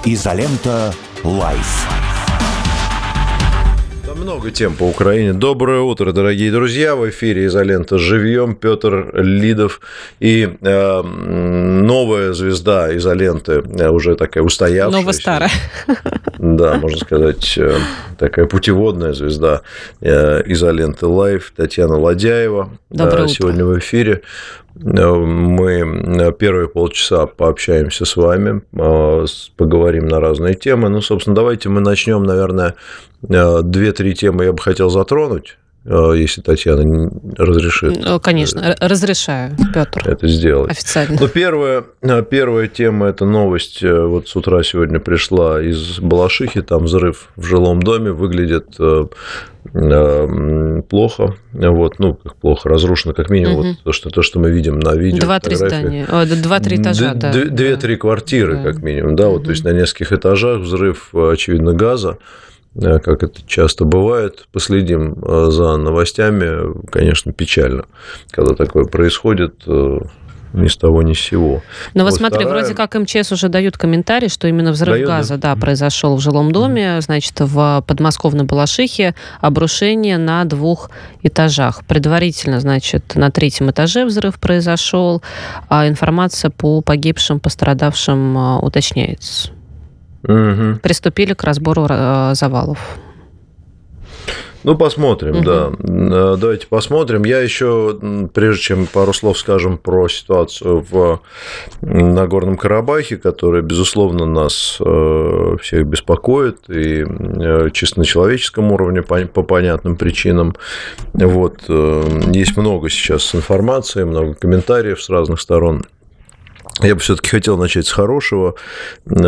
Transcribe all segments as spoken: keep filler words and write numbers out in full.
Изолента Лайф. Много тем по Украине. Доброе утро, дорогие друзья. В эфире «Изолента живьем». Петр Лидов и э, новая звезда «Изоленты», уже такая устоявшаяся. Ново-старая. Да, можно сказать, такая путеводная звезда «Изоленты Лайф» Татьяна Ладяева. Доброе утро. Сегодня в эфире. Мы первые полчаса пообщаемся с вами, поговорим на разные темы. Ну, собственно, давайте мы начнем, наверное, две-три темы я бы хотел затронуть, если Татьяна разрешит. Конечно, разрешаю, Петр. Это сделать. Официально. Ну, первая, первая тема – это новость. Вот с утра сегодня пришла из Балашихи, там взрыв в жилом доме, выглядит плохо, вот, ну, как плохо, разрушено, как минимум, угу. вот то, что, то, что мы видим на видео. Два-три здания, два-три этажа, да. Две-три да. квартиры, да. как минимум, да, угу. вот, то есть на нескольких этажах взрыв, очевидно, газа, как это часто бывает. Последим за новостями, конечно, печально, когда такое происходит ни с того, ни с сего. Но вот, вот смотри, вторая... вроде как МЧС уже дают комментарий, что именно взрыв дают, газа да? Да, произошел в жилом доме, значит, в подмосковной Балашихе, обрушение на двух этажах. Предварительно, значит, на третьем этаже взрыв произошел, а информация по погибшим, пострадавшим уточняется. Угу. Приступили к разбору завалов. Ну, посмотрим, угу. да. Давайте посмотрим. Я еще, прежде чем пару слов скажем про ситуацию в Нагорном Карабахе, которая, безусловно, нас всех беспокоит, и чисто на человеческом уровне по понятным причинам. Вот. Есть много сейчас информации, много комментариев с разных сторон. Я бы все-таки хотел начать с хорошего. Ко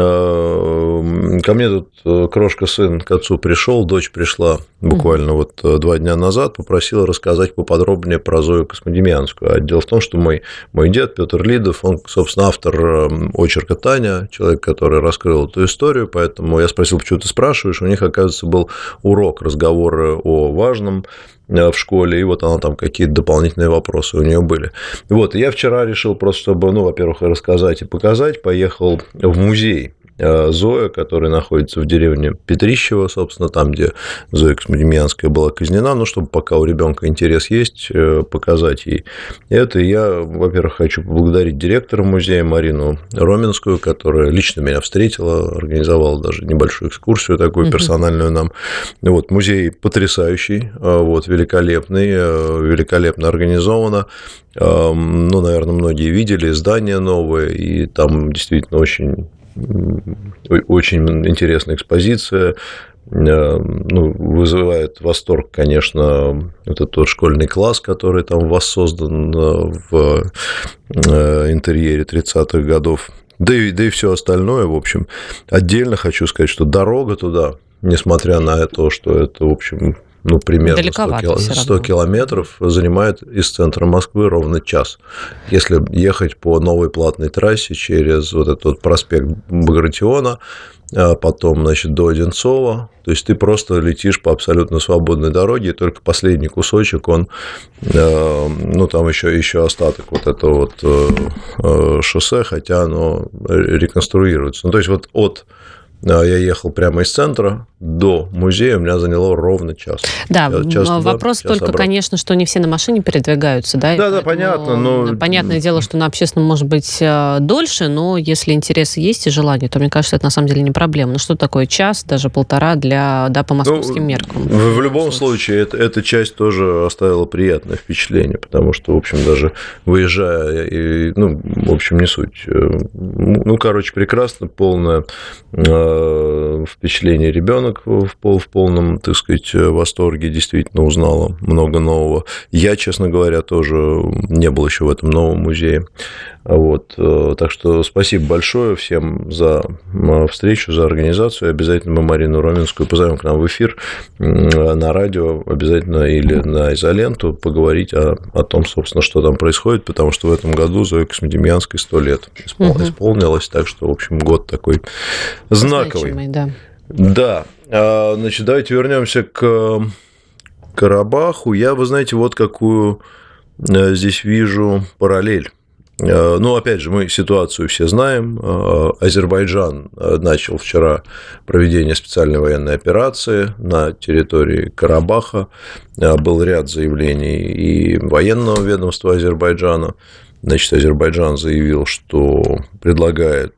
мне тут крошка сын к отцу пришел, дочь пришла буквально вот два дня назад, попросила рассказать поподробнее про Зою Космодемьянскую. А дело в том, что мой, мой дед Петр Лидов, он, собственно, автор очерка «Таня», человек, который раскрыл эту историю, поэтому я спросил, почему ты спрашиваешь, у них, оказывается, был урок разговора о важном в школе, и вот она там какие-то дополнительные вопросы у нее были. Вот, я вчера решил просто, чтобы, ну, во-первых, рассказать и показать, поехал в музей Зоя, который находится в деревне Петрищево, собственно, там, где Зоя Космодемьянская была казнена, ну, чтобы пока у ребенка интерес есть, показать ей это. Я, во-первых, хочу поблагодарить директора музея Марину Роменскую, которая лично меня встретила, организовала даже небольшую экскурсию такую персональную нам. Вот, музей потрясающий, вот, великолепный, великолепно организовано. Ну, наверное, многие видели здание новое, и там действительно очень Очень интересная экспозиция, ну, вызывает восторг, конечно, вот этот школьный класс, который там воссоздан в интерьере тридцатых годов, да и, да и все остальное, в общем. Отдельно хочу сказать, что дорога туда, несмотря на то, что это, в общем, ну, примерно сто километров, занимает из центра Москвы ровно час. Если ехать по новой платной трассе через вот этот вот проспект Багратиона, потом, значит, до Одинцова, то есть ты просто летишь по абсолютно свободной дороге, и только последний кусочек, он, ну, там еще, еще остаток вот этого вот шоссе, хотя оно реконструируется. Ну, то есть вот от я ехал прямо из центра до музея, у меня заняло ровно час. Да, час вопрос туда, только, обратно. Конечно, что не все на машине передвигаются, да? Да, да, понятно. Но... Понятное дело, что на общественном может быть дольше, но если интересы есть и желание, то, мне кажется, это на самом деле не проблема. Ну, что такое час, даже полтора для, да, по московским ну, меркам? В, в любом случае, это, эта часть тоже оставила приятное впечатление, потому что, в общем, даже выезжая, и, ну, в общем, не суть. Ну, короче, прекрасно, полное впечатление ребенок в, пол, в полном, так сказать, восторге, действительно узнала много нового. Я, честно говоря, тоже не был еще в этом новом музее. Вот. Так что спасибо большое всем за встречу, за организацию. Обязательно мы Марину Роменскую позовем к нам в эфир на радио, обязательно или на Изоленту, поговорить о, о том, собственно, что там происходит, потому что в этом году Зое Космодемьянской сто лет испол... угу. исполнилось, так что, в общем, год такой знаковый. Значимый, да. Да. Значит, давайте вернемся к Карабаху. Я, вы знаете, вот какую здесь вижу параллель. Ну, опять же, мы ситуацию все знаем. Азербайджан начал вчера проведение специальной военной операции на территории Карабаха. Был ряд заявлений и военного ведомства Азербайджана. Значит, Азербайджан заявил, что предлагает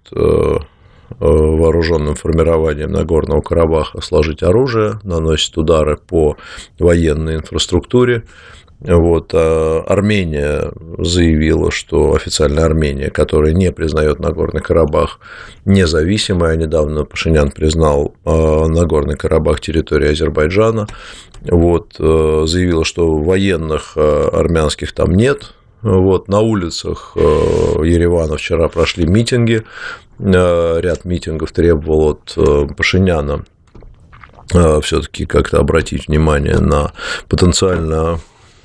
вооруженным формированиям Нагорного Карабаха сложить оружие, наносит удары по военной инфраструктуре. Вот, а Армения заявила, что официальная Армения, которая не признает Нагорный Карабах независимой, а недавно Пашинян признал Нагорный Карабах территорией Азербайджана, вот, заявила, что военных армянских там нет. Вот, на улицах Еревана вчера прошли митинги, ряд митингов требовал от Пашиняна все-таки как-то обратить внимание на потенциально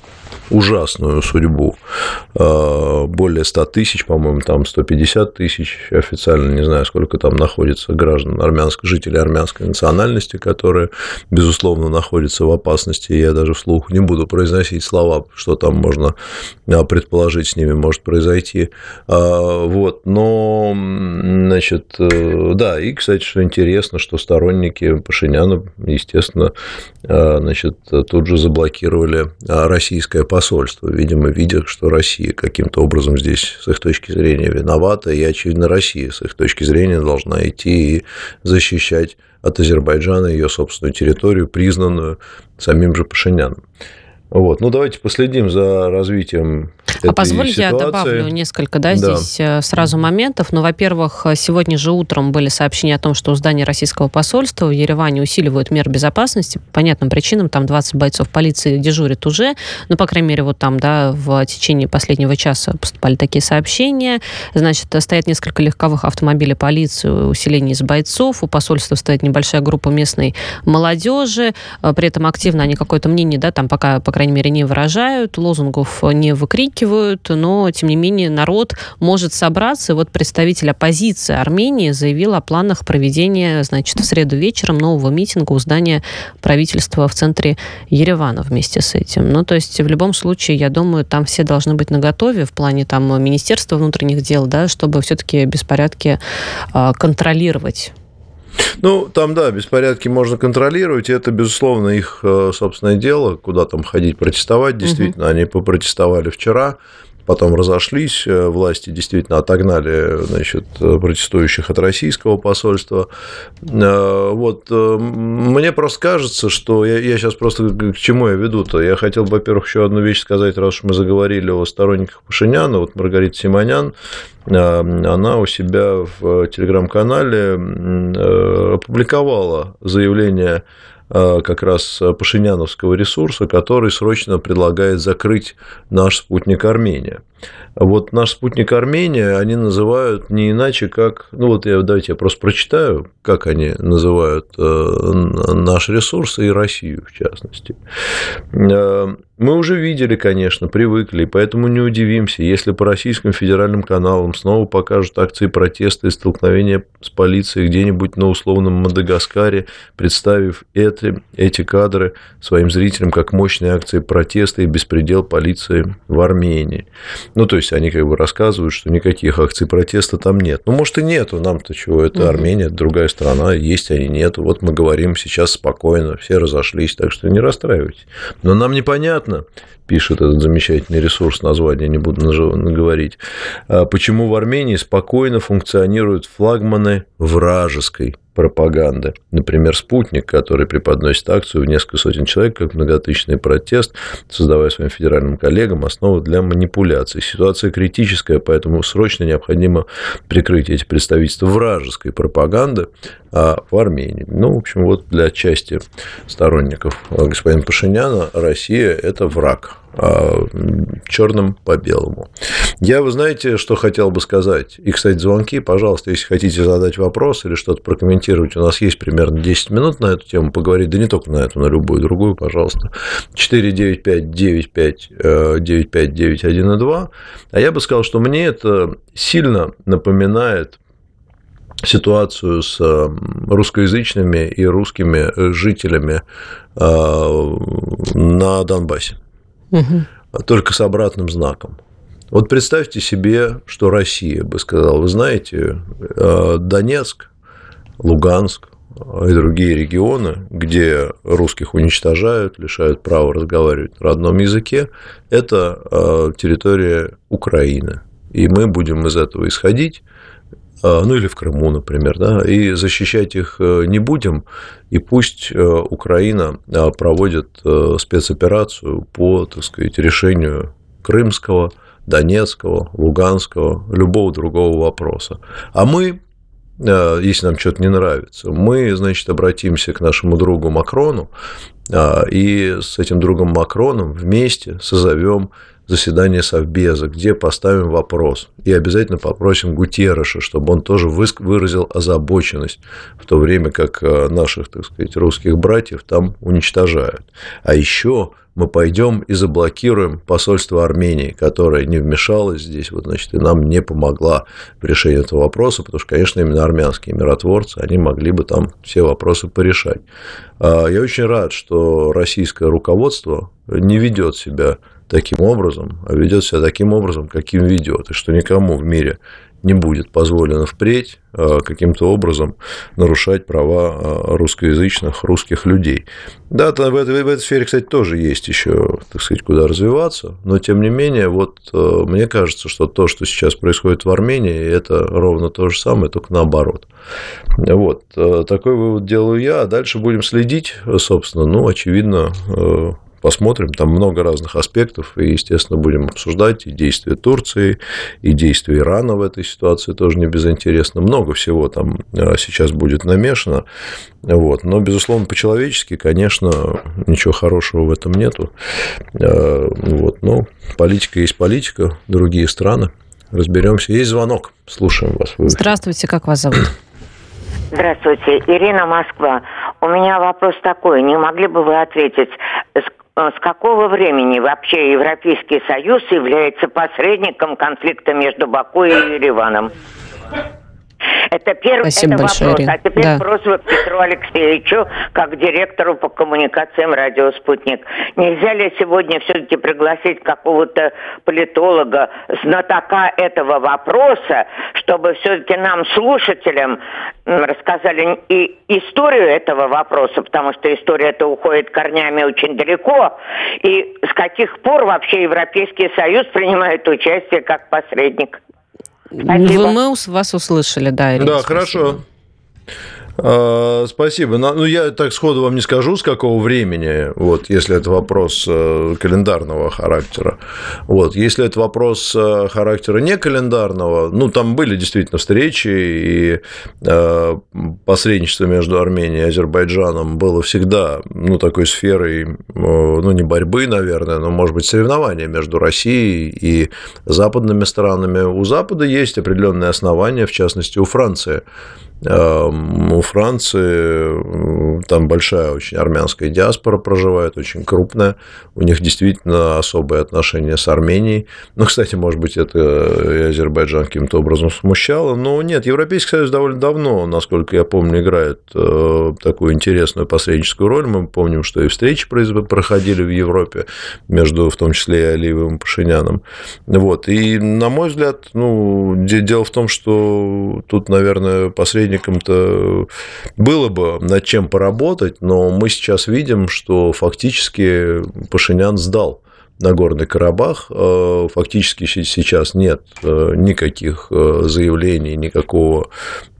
ужасную судьбу. Более ста тысяч, по-моему, там сто пятьдесят тысяч официально, не знаю, сколько там находится граждан, армянской, жителей армянской национальности, которые, безусловно, находятся в опасности. Я даже вслух не буду произносить слова, что там можно предположить с ними может произойти. Вот. Но, значит, да, и, кстати, что интересно, что сторонники Пашиняна, естественно, значит, тут же заблокировали российское посольство, видимо, видя, что Россия каким-то образом здесь с их точки зрения виновата, и, очевидно, Россия с их точки зрения должна идти и защищать от Азербайджана ее собственную территорию, признанную самим же Пашиняном. Вот. Ну, давайте последим за развитием этой а позволь, ситуации. Я добавлю несколько, да, да. здесь сразу моментов. Ну, во-первых, сегодня же утром были сообщения о том, что у здания российского посольства в Ереване усиливают меры безопасности. По понятным причинам, там двадцать бойцов полиции дежурят уже. Ну, по крайней мере, вот там, да, в течение последнего часа поступали такие сообщения. Значит, стоят несколько легковых автомобилей полиции, усиление из бойцов. У посольства стоит небольшая группа местной молодежи. При этом активно они какое-то мнение, да, там пока, по крайней мере, не выражают, лозунгов не выкрикивают, но, тем не менее, народ может собраться. И вот представитель оппозиции Армении заявил о планах проведения, значит, в среду вечером нового митинга у здания правительства в центре Еревана вместе с этим. Ну, то есть, в любом случае, я думаю, там все должны быть наготове в плане там Министерства внутренних дел, да, чтобы все-таки беспорядки э, контролировать. Ну, там, да, беспорядки можно контролировать, и это, безусловно, их собственное дело, куда там ходить протестовать. Действительно, угу. Они попротестовали вчера, потом разошлись, власти действительно отогнали, значит, протестующих от российского посольства. Вот. Мне просто кажется, что я, я сейчас просто к чему я веду-то. Я хотел бы, во-первых, еще одну вещь сказать, раз уж мы заговорили о сторонниках Пашиняна. Вот Маргарита Симонян, она у себя в телеграм-канале опубликовала заявление как раз пашиняновского ресурса, который срочно предлагает закрыть наш спутник Армения. Вот наш спутник Армения они называют не иначе, как... Ну, вот я, давайте я просто прочитаю, как они называют наш ресурс и Россию, в частности. Мы уже видели, конечно, привыкли, поэтому не удивимся, если по российским федеральным каналам снова покажут акции протеста и столкновения с полицией где-нибудь на условном Мадагаскаре, представив эти, эти кадры своим зрителям как мощные акции протеста и беспредел полиции в Армении. Ну, то есть, они как бы рассказывают, что никаких акций протеста там нет. Ну, может, и нету, нам-то чего, это угу. Армения, это другая страна, есть они, нету. Вот мы говорим сейчас спокойно, все разошлись, так что не расстраивайтесь. Но нам непонятно, пишет этот замечательный ресурс, название не буду говорить, почему в Армении спокойно функционируют флагманы вражеской пропаганды. Например, «Спутник», который преподносит акцию в несколько сотен человек, как многотысячный протест, создавая своим федеральным коллегам основу для манипуляций. Ситуация критическая, поэтому срочно необходимо прикрыть эти представительства вражеской пропаганды в Армении. Ну, в общем, вот для части сторонников господина Пашиняна Россия – это враг. Черным по белому. Я, вы знаете, что хотел бы сказать? И, кстати, звонки, пожалуйста, если хотите задать вопрос или что-то прокомментировать, у нас есть примерно десять минут на эту тему поговорить, да не только на эту, на любую другую, пожалуйста. четыре девять пять девять пять девять пять девять один и два. А я бы сказал, что мне это сильно напоминает ситуацию с русскоязычными и русскими жителями на Донбассе. Угу. Только с обратным знаком. Вот представьте себе, что Россия бы сказала, вы знаете, Донецк, Луганск и другие регионы, где русских уничтожают, лишают права разговаривать на родном языке, это территория Украины. И мы будем из этого исходить, ну или в Крыму, например, да, и защищать их не будем, и пусть Украина проводит спецоперацию по, так сказать, решению крымского, Донецкого, Луганского, любого другого вопроса. А мы, если нам что-то не нравится, мы, значит, обратимся к нашему другу Макрону и с этим другом Макроном вместе созовем заседание Совбеза, где поставим вопрос. И обязательно попросим Гутерреша, чтобы он тоже выразил озабоченность, в то время как наших, так сказать, русских братьев там уничтожают. А еще мы пойдем и заблокируем посольство Армении, которое не вмешалось здесь, вот, значит, и нам не помогла в решении этого вопроса, потому что, конечно, именно армянские миротворцы, они могли бы там все вопросы порешать. Я очень рад, что российское руководство не ведет себя таким образом, а ведет себя таким образом, каким ведет, и что никому в мире не будет позволено впредь каким-то образом нарушать права русскоязычных русских людей. Да, в этой, в этой сфере, кстати, тоже есть еще, так сказать, куда развиваться, но тем не менее, вот мне кажется, что то, что сейчас происходит в Армении, это ровно то же самое, только наоборот. Вот такой вывод делаю я, а дальше будем следить, собственно, ну, очевидно. Посмотрим, там много разных аспектов, и, естественно, будем обсуждать и действия Турции, и действия Ирана в этой ситуации тоже не безинтересно. Много всего там сейчас будет намешано, вот. Но, безусловно, по-человечески, конечно, ничего хорошего в этом нету. Вот. Но политика есть политика, другие страны, разберемся. Есть звонок, слушаем вас. Здравствуйте, как вас зовут? Здравствуйте, Ирина, Москва. У меня вопрос такой, не могли бы вы ответить, с какого времени вообще Европейский Союз является посредником конфликта между Баку и Ереваном? Это первый это вопрос. Ирина. А теперь да. просьба к Петру Алексеевичу, как директору по коммуникациям «Радио Спутник». Нельзя ли сегодня все-таки пригласить какого-то политолога, знатока этого вопроса, чтобы все-таки нам, слушателям, рассказали и историю этого вопроса, потому что история эта уходит корнями очень далеко, и с каких пор вообще Европейский Союз принимает участие как посредник? Спасибо. Мы вас услышали, да, Ирина. Да, хорошо. Спасибо. Ну, я так сходу вам не скажу, с какого времени, вот, если это вопрос календарного характера. Вот, если это вопрос характера не календарного, ну, там были действительно встречи, и посредничество между Арменией и Азербайджаном было всегда, ну, такой сферой, ну, не борьбы, наверное, но, может быть, соревнования между Россией и западными странами. У Запада есть определенные основания, в частности, у Франции. У Франции там большая очень армянская диаспора проживает, очень крупная, у них действительно особые отношения с Арменией. Ну, кстати, может быть, это и Азербайджан каким-то образом смущало, но нет, Европейский Союз довольно давно, насколько я помню, играет такую интересную посредническую роль. Мы помним, что и встречи проходили в Европе между, в том числе, и Алиевым и Пашиняном. Вот. И, на мой взгляд, ну, дело в том, что тут, наверное, посредники то было бы над чем поработать, но мы сейчас видим, что фактически Пашинян сдал Нагорный Карабах. Фактически сейчас нет никаких заявлений, никакого,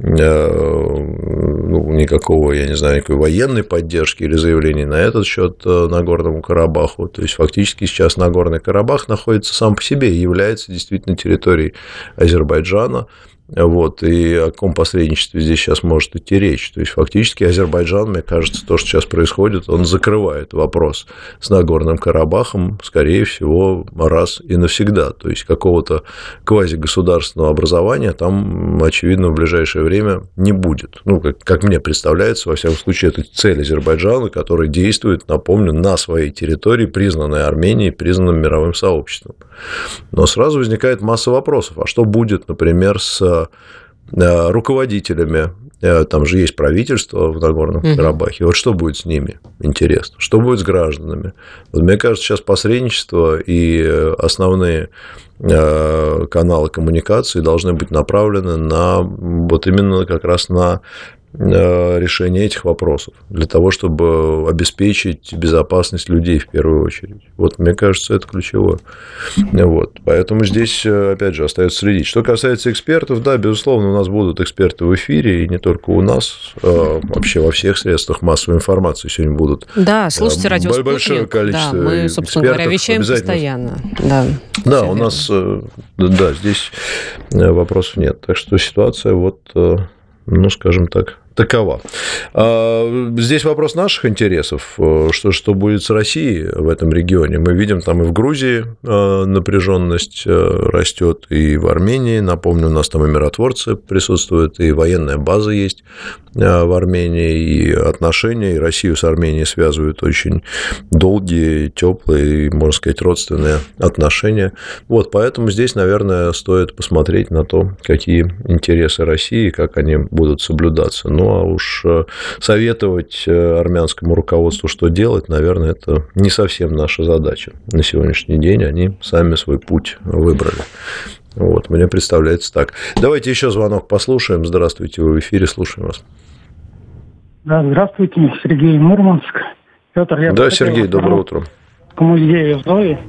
ну, никакого, я не знаю, никакой военной поддержки или заявлений на этот счет Нагорному Карабаху. То есть, фактически сейчас Нагорный Карабах находится сам по себе и является действительно территорией Азербайджана. Вот, и о каком посредничестве здесь сейчас может идти речь. То есть, фактически, Азербайджан, мне кажется, то, что сейчас происходит, он закрывает вопрос с Нагорным Карабахом, скорее всего, раз и навсегда. То есть, какого-то квазигосударственного образования там, очевидно, в ближайшее время не будет. Ну, как, как мне представляется, во всяком случае, это цель Азербайджана, который действует, напомню, на своей территории, признанной Арменией, признанным мировым сообществом. Но сразу возникает масса вопросов. А что будет, например, с руководителями Там же есть правительство в Нагорном Карабахе. Вот что будет с ними? Интересно. Что будет с гражданами? Вот мне кажется, сейчас посредничество и основные каналы коммуникации должны быть направлены на вот именно как раз на решение этих вопросов, для того, чтобы обеспечить безопасность людей в первую очередь. Вот, мне кажется, это ключевое. Вот. Поэтому здесь, опять же, остается следить. Что касается экспертов, да, безусловно, у нас будут эксперты в эфире, и не только у нас, а вообще во всех средствах массовой информации сегодня будут. Да, слушайте радио «Спутник». Большое количество да, мы, собственно говоря, вещаем постоянно. Да, да у нас, да, здесь вопросов нет. Так что ситуация вот, ну, скажем так, такова. Здесь вопрос наших интересов, что, что будет с Россией в этом регионе. Мы видим, там и в Грузии напряженность растет, и в Армении, напомню, у нас там и миротворцы присутствуют, и военная база есть в Армении, и отношения, и Россию с Арменией связывают очень долгие, теплые, можно сказать, родственные отношения. Вот, поэтому здесь, наверное, стоит посмотреть на то, какие интересы России, как они будут соблюдаться. Ну, а уж советовать армянскому руководству, что делать, наверное, это не совсем наша задача. На сегодняшний день они сами свой путь выбрали. Вот, мне представляется так. Давайте еще звонок послушаем. Здравствуйте, вы в эфире, слушаем вас. Да, здравствуйте, Сергей, Мурманск. Петр, я да, Сергей, доброе утро. К музею Зои.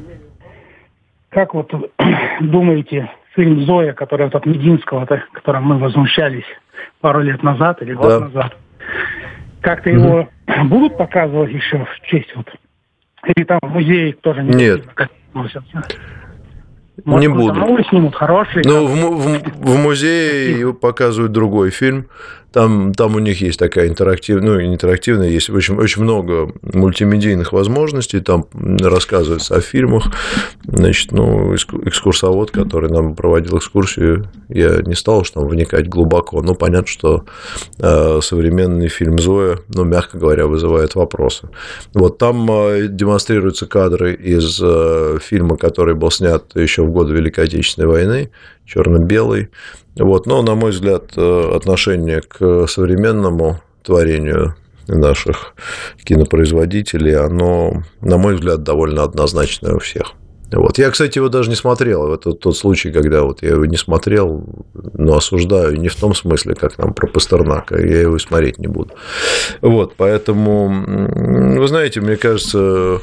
Как вот думаете, фильм «Зоя», который вот от Мединского, которым мы возмущались пару лет назад или год да. назад, как-то угу. его будут показывать еще в честь вот? Или там в музее тоже не Нет. относятся? Может, не буду. Новый снимут, хороший. Ну, в, в, в музее показывают другой фильм. Там, там у них есть такая интерактивная, ну, интерактивная, есть очень, очень много мультимедийных возможностей, там рассказывается о фильмах. Значит, ну, экскурсовод, который нам проводил экскурсию, я не стал уж там вникать глубоко, но понятно, что э, современный фильм «Зоя», ну, мягко говоря, вызывает вопросы. Вот там э, демонстрируются кадры из э, фильма, который был снят еще в годы Великой Отечественной войны, черно-белый. Вот. Но, на мой взгляд, отношение к современному творению наших кинопроизводителей, оно, на мой взгляд, довольно однозначное у всех. Вот. Я, кстати, его даже не смотрел. Это тот случай, когда вот я его не смотрел, но осуждаю не в том смысле, как нам про Пастернака, я его и смотреть не буду. Вот. Поэтому, вы знаете, мне кажется,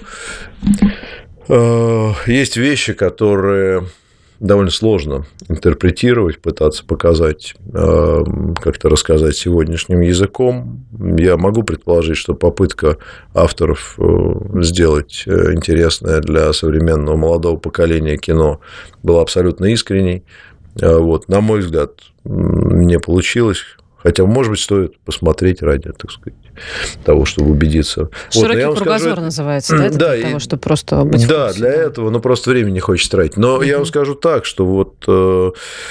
есть вещи, которые довольно сложно интерпретировать, пытаться показать, как-то рассказать сегодняшним языком. Я могу предположить, что попытка авторов сделать интересное для современного молодого поколения кино была абсолютно искренней. Вот, на мой взгляд, не получилось. Хотя, может быть, стоит посмотреть ради, так сказать, того, чтобы убедиться. Широкий вот, кругозор скажу, называется, да? Это да, для того, чтобы просто быть Да, в курсе, для да. этого, но просто времени не хочется тратить. Но uh-huh. я вам скажу так, что вот э,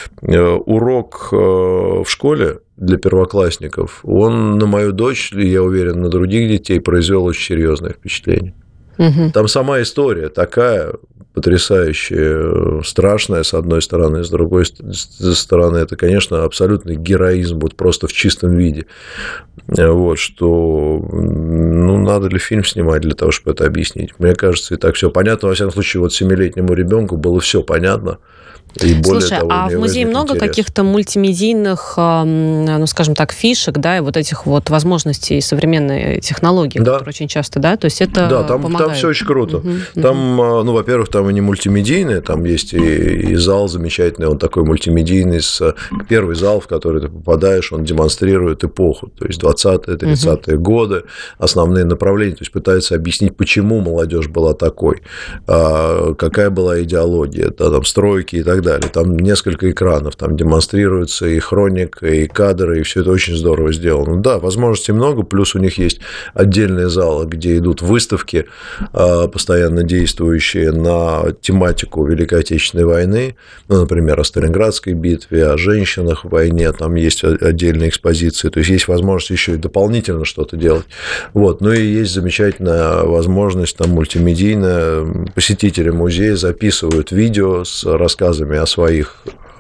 урок э, в школе для первоклассников, он на мою дочь, и я уверен, на других детей произвел очень серьезное впечатление. Uh-huh. Там сама история такая потрясающая, страшная, с одной стороны, с другой стороны, это, конечно, абсолютный героизм, вот просто в чистом виде. Вот, что, ну, надо ли фильм снимать для того, чтобы это объяснить? Мне кажется, и так все понятно. Во всяком случае, вот семилетнему ребенку было все понятно. И более Слушай, того, а в музее много интерес. каких-то мультимедийных, ну, скажем так, фишек, да, и вот этих вот возможностей современной технологии, да. которые очень часто, да, то есть это Да, там, помогает. там все очень круто. Угу, там, угу. ну, во-первых, там и не мультимедийные, там есть и, и зал замечательный, он такой мультимедийный, с, первый зал, в который ты попадаешь, он демонстрирует эпоху, то есть двадцатые, тридцатые угу. годы, основные направления, то есть пытается объяснить, почему молодежь была такой, какая была идеология, да, там, стройки и так далее. Там несколько экранов, там демонстрируется и хроника, и кадры, и все это очень здорово сделано. Да, возможностей много, плюс у них есть отдельные залы, где идут выставки, постоянно действующие на тематику Великой Отечественной войны, ну, например, о Сталинградской битве, о женщинах в войне, там есть отдельные экспозиции, то есть есть возможность еще и дополнительно что-то делать. Вот. Ну и есть замечательная возможность там мультимедийная, посетители музея записывают видео с рассказами о своих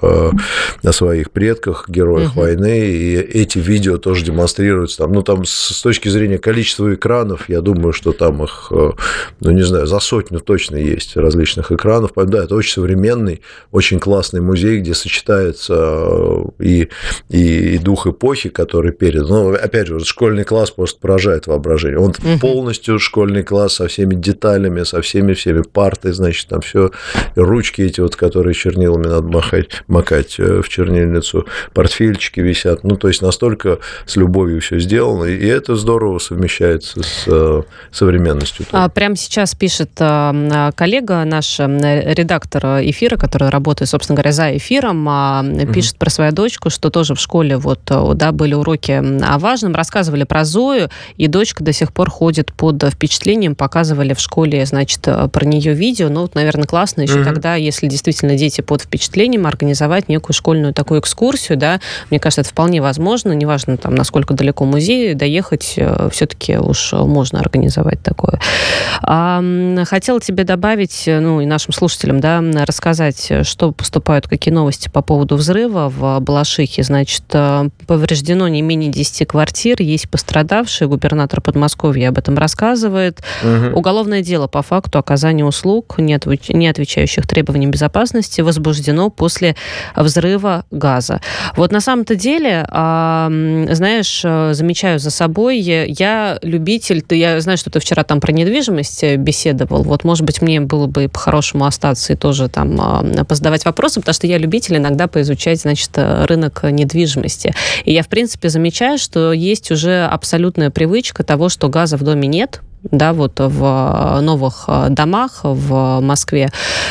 о своих предках, героях угу. войны, и эти видео тоже демонстрируются. Там, ну, там с точки зрения количества экранов, я думаю, что там их, ну, не знаю, за сотню точно есть различных экранов. Да, это очень современный, очень классный музей, где сочетается и, и, и дух эпохи, который передан. Ну, опять же, школьный класс просто поражает воображение. Он угу. полностью школьный класс со всеми деталями, со всеми-всеми партой, значит, там все, ручки эти вот, которые чернилами надо махать, макать в чернильницу, портфельчики висят. Ну, то есть, настолько с любовью все сделано, и это здорово совмещается с современностью. А, прямо сейчас пишет коллега, наш редактор эфира, который работает, собственно говоря, за эфиром, пишет mm-hmm. про свою дочку, что тоже в школе вот, да, были уроки о важном, рассказывали про Зою, и дочка до сих пор ходит под впечатлением, показывали в школе, значит, про нее видео. Ну, вот, наверное, классно еще mm-hmm. тогда, если действительно дети под впечатлением, организовать некую школьную такую экскурсию, да, мне кажется, это вполне возможно, неважно, там, насколько далеко музей, доехать все-таки уж можно организовать такое. А, хотела тебе добавить, ну, и нашим слушателям, да, рассказать, что поступают, какие новости по поводу взрыва в Балашихе. Значит, повреждено не менее десяти квартир, есть пострадавшие, губернатор Подмосковья об этом рассказывает. Угу. Уголовное дело по факту оказания услуг, не отвечающих требованиям безопасности, возбуждено после взрыва газа. Вот на самом-то деле, знаешь, замечаю за собой, я любитель, я знаю, что ты вчера там про недвижимость беседовал, вот, может быть, мне было бы по-хорошему остаться и тоже там позадавать вопросы, потому что я любитель иногда поизучать, значит, рынок недвижимости. И я, в принципе, замечаю, что есть уже абсолютная привычка того, что газа в доме нет, да, вот в новых домах в Москве.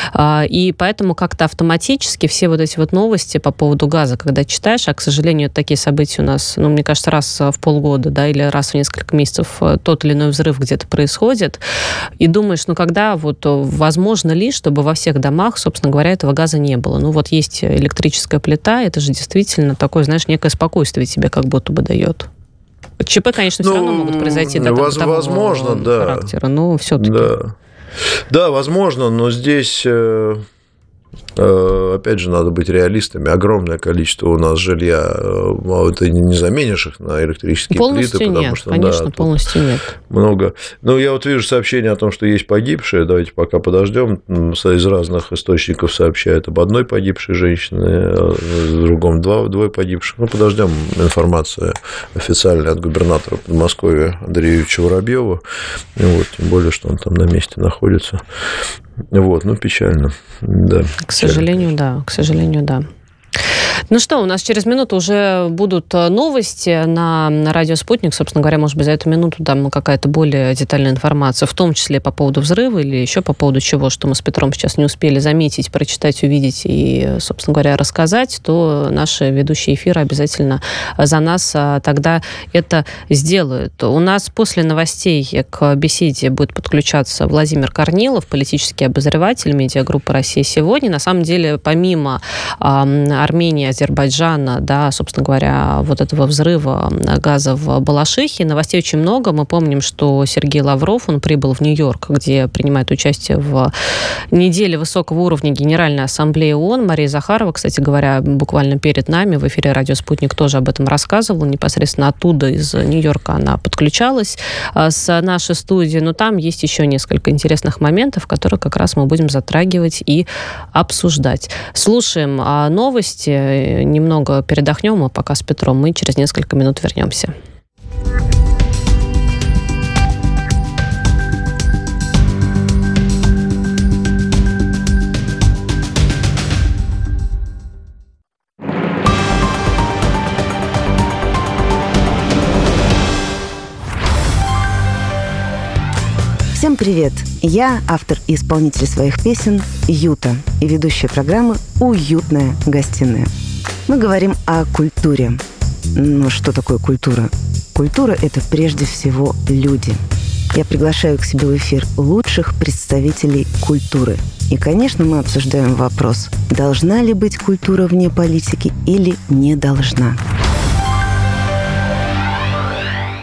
И поэтому как-то автоматически все вот эти вот новости по поводу газа, когда читаешь, а, к сожалению, такие события у нас, ну, мне кажется, раз в полгода, да, или раз в несколько месяцев тот или иной взрыв где-то происходит, и думаешь, ну, когда вот возможно ли, чтобы во всех домах, собственно говоря, этого газа не было? Ну, вот есть электрическая плита, это же действительно такое, знаешь, некое спокойствие тебе как будто бы дает. ЧП, конечно, все ну, равно могут произойти до воз, того возможно, да. характера, но все-таки. Да. да, возможно, но здесь, опять же, надо быть реалистами. Огромное количество у нас жилья, ты не заменишь их на электрические полностью плиты. Потому нет, что, конечно, да, полностью нет. Много. Ну, я вот вижу сообщение о том, что есть погибшие. Давайте пока подождем. Из разных источников сообщают об одной погибшей женщине, в другом два, двое погибших. Ну, подождем информацию официальную от губернатора Подмосковья Андрея Юрьевича Воробьева. Вот, тем более, что он там на месте находится. Вот, ну, печально. Да, к сожалению, печально. да, к сожалению, да. Ну что, у нас через минуту уже будут новости на радио «Спутник». Собственно говоря, может быть, за эту минуту там какая-то более детальная информация, в том числе по поводу взрыва или еще по поводу чего, что мы с Петром сейчас не успели заметить, прочитать, увидеть и, собственно говоря, рассказать, то наши ведущие эфира обязательно за нас тогда это сделают. У нас после новостей к беседе будет подключаться Владимир Корнилов, политический обозреватель медиагруппы «Россия сегодня». На самом деле, помимо Армении, Азербайджана, да, собственно говоря, вот этого взрыва газа в Балашихе, новостей очень много. Мы помним, что Сергей Лавров, он прибыл в Нью-Йорк, где принимает участие в неделе высокого уровня Генеральной Ассамблеи ООН. Мария Захарова, кстати говоря, буквально перед нами в эфире «Радио Спутник» тоже об этом рассказывала. Непосредственно оттуда, из Нью-Йорка, она подключалась с нашей студии. Но там есть еще несколько интересных моментов, которые как раз мы будем затрагивать и обсуждать. Слушаем новости. Немного передохнем, а пока с Петром мы через несколько минут вернемся. Всем привет! Я автор и исполнитель своих песен Юта и ведущая программы «Уютная гостиная». Мы говорим о культуре. Ну, что такое культура? Культура – это прежде всего люди. Я приглашаю к себе в эфир лучших представителей культуры. И, конечно, мы обсуждаем вопрос, должна ли быть культура вне политики или не должна.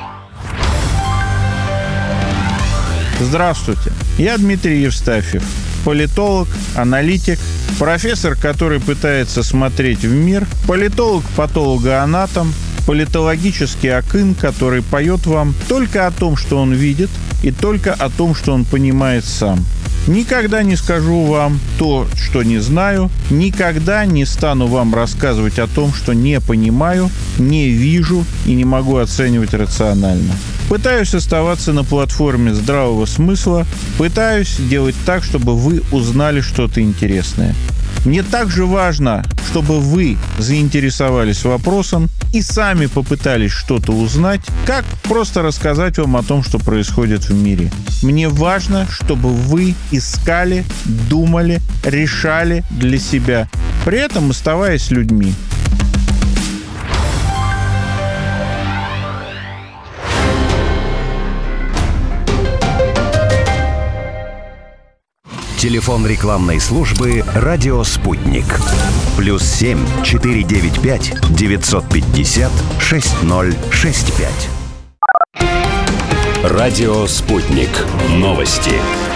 Здравствуйте, я Дмитрий Евстафьев. политолог, аналитик, профессор, который пытается смотреть в мир, политолог-патологоанатом, политологический акын, который поет вам только о том, что он видит, и только о том, что он понимает сам. Никогда не скажу вам то, что не знаю, никогда не стану вам рассказывать о том, что не понимаю, не вижу и не могу оценивать рационально. Пытаюсь оставаться на платформе здравого смысла, пытаюсь делать так, чтобы вы узнали что-то интересное. Мне также важно, чтобы вы заинтересовались вопросом и сами попытались что-то узнать, как просто рассказать вам о том, что происходит в мире. Мне важно, чтобы вы искали, думали, решали для себя, при этом оставаясь людьми. Телефон рекламной службы «Радио Спутник». Плюс семь четыре девять пять девятьсот пятьдесят шесть ноль шесть пять. Радио Спутник. Новости.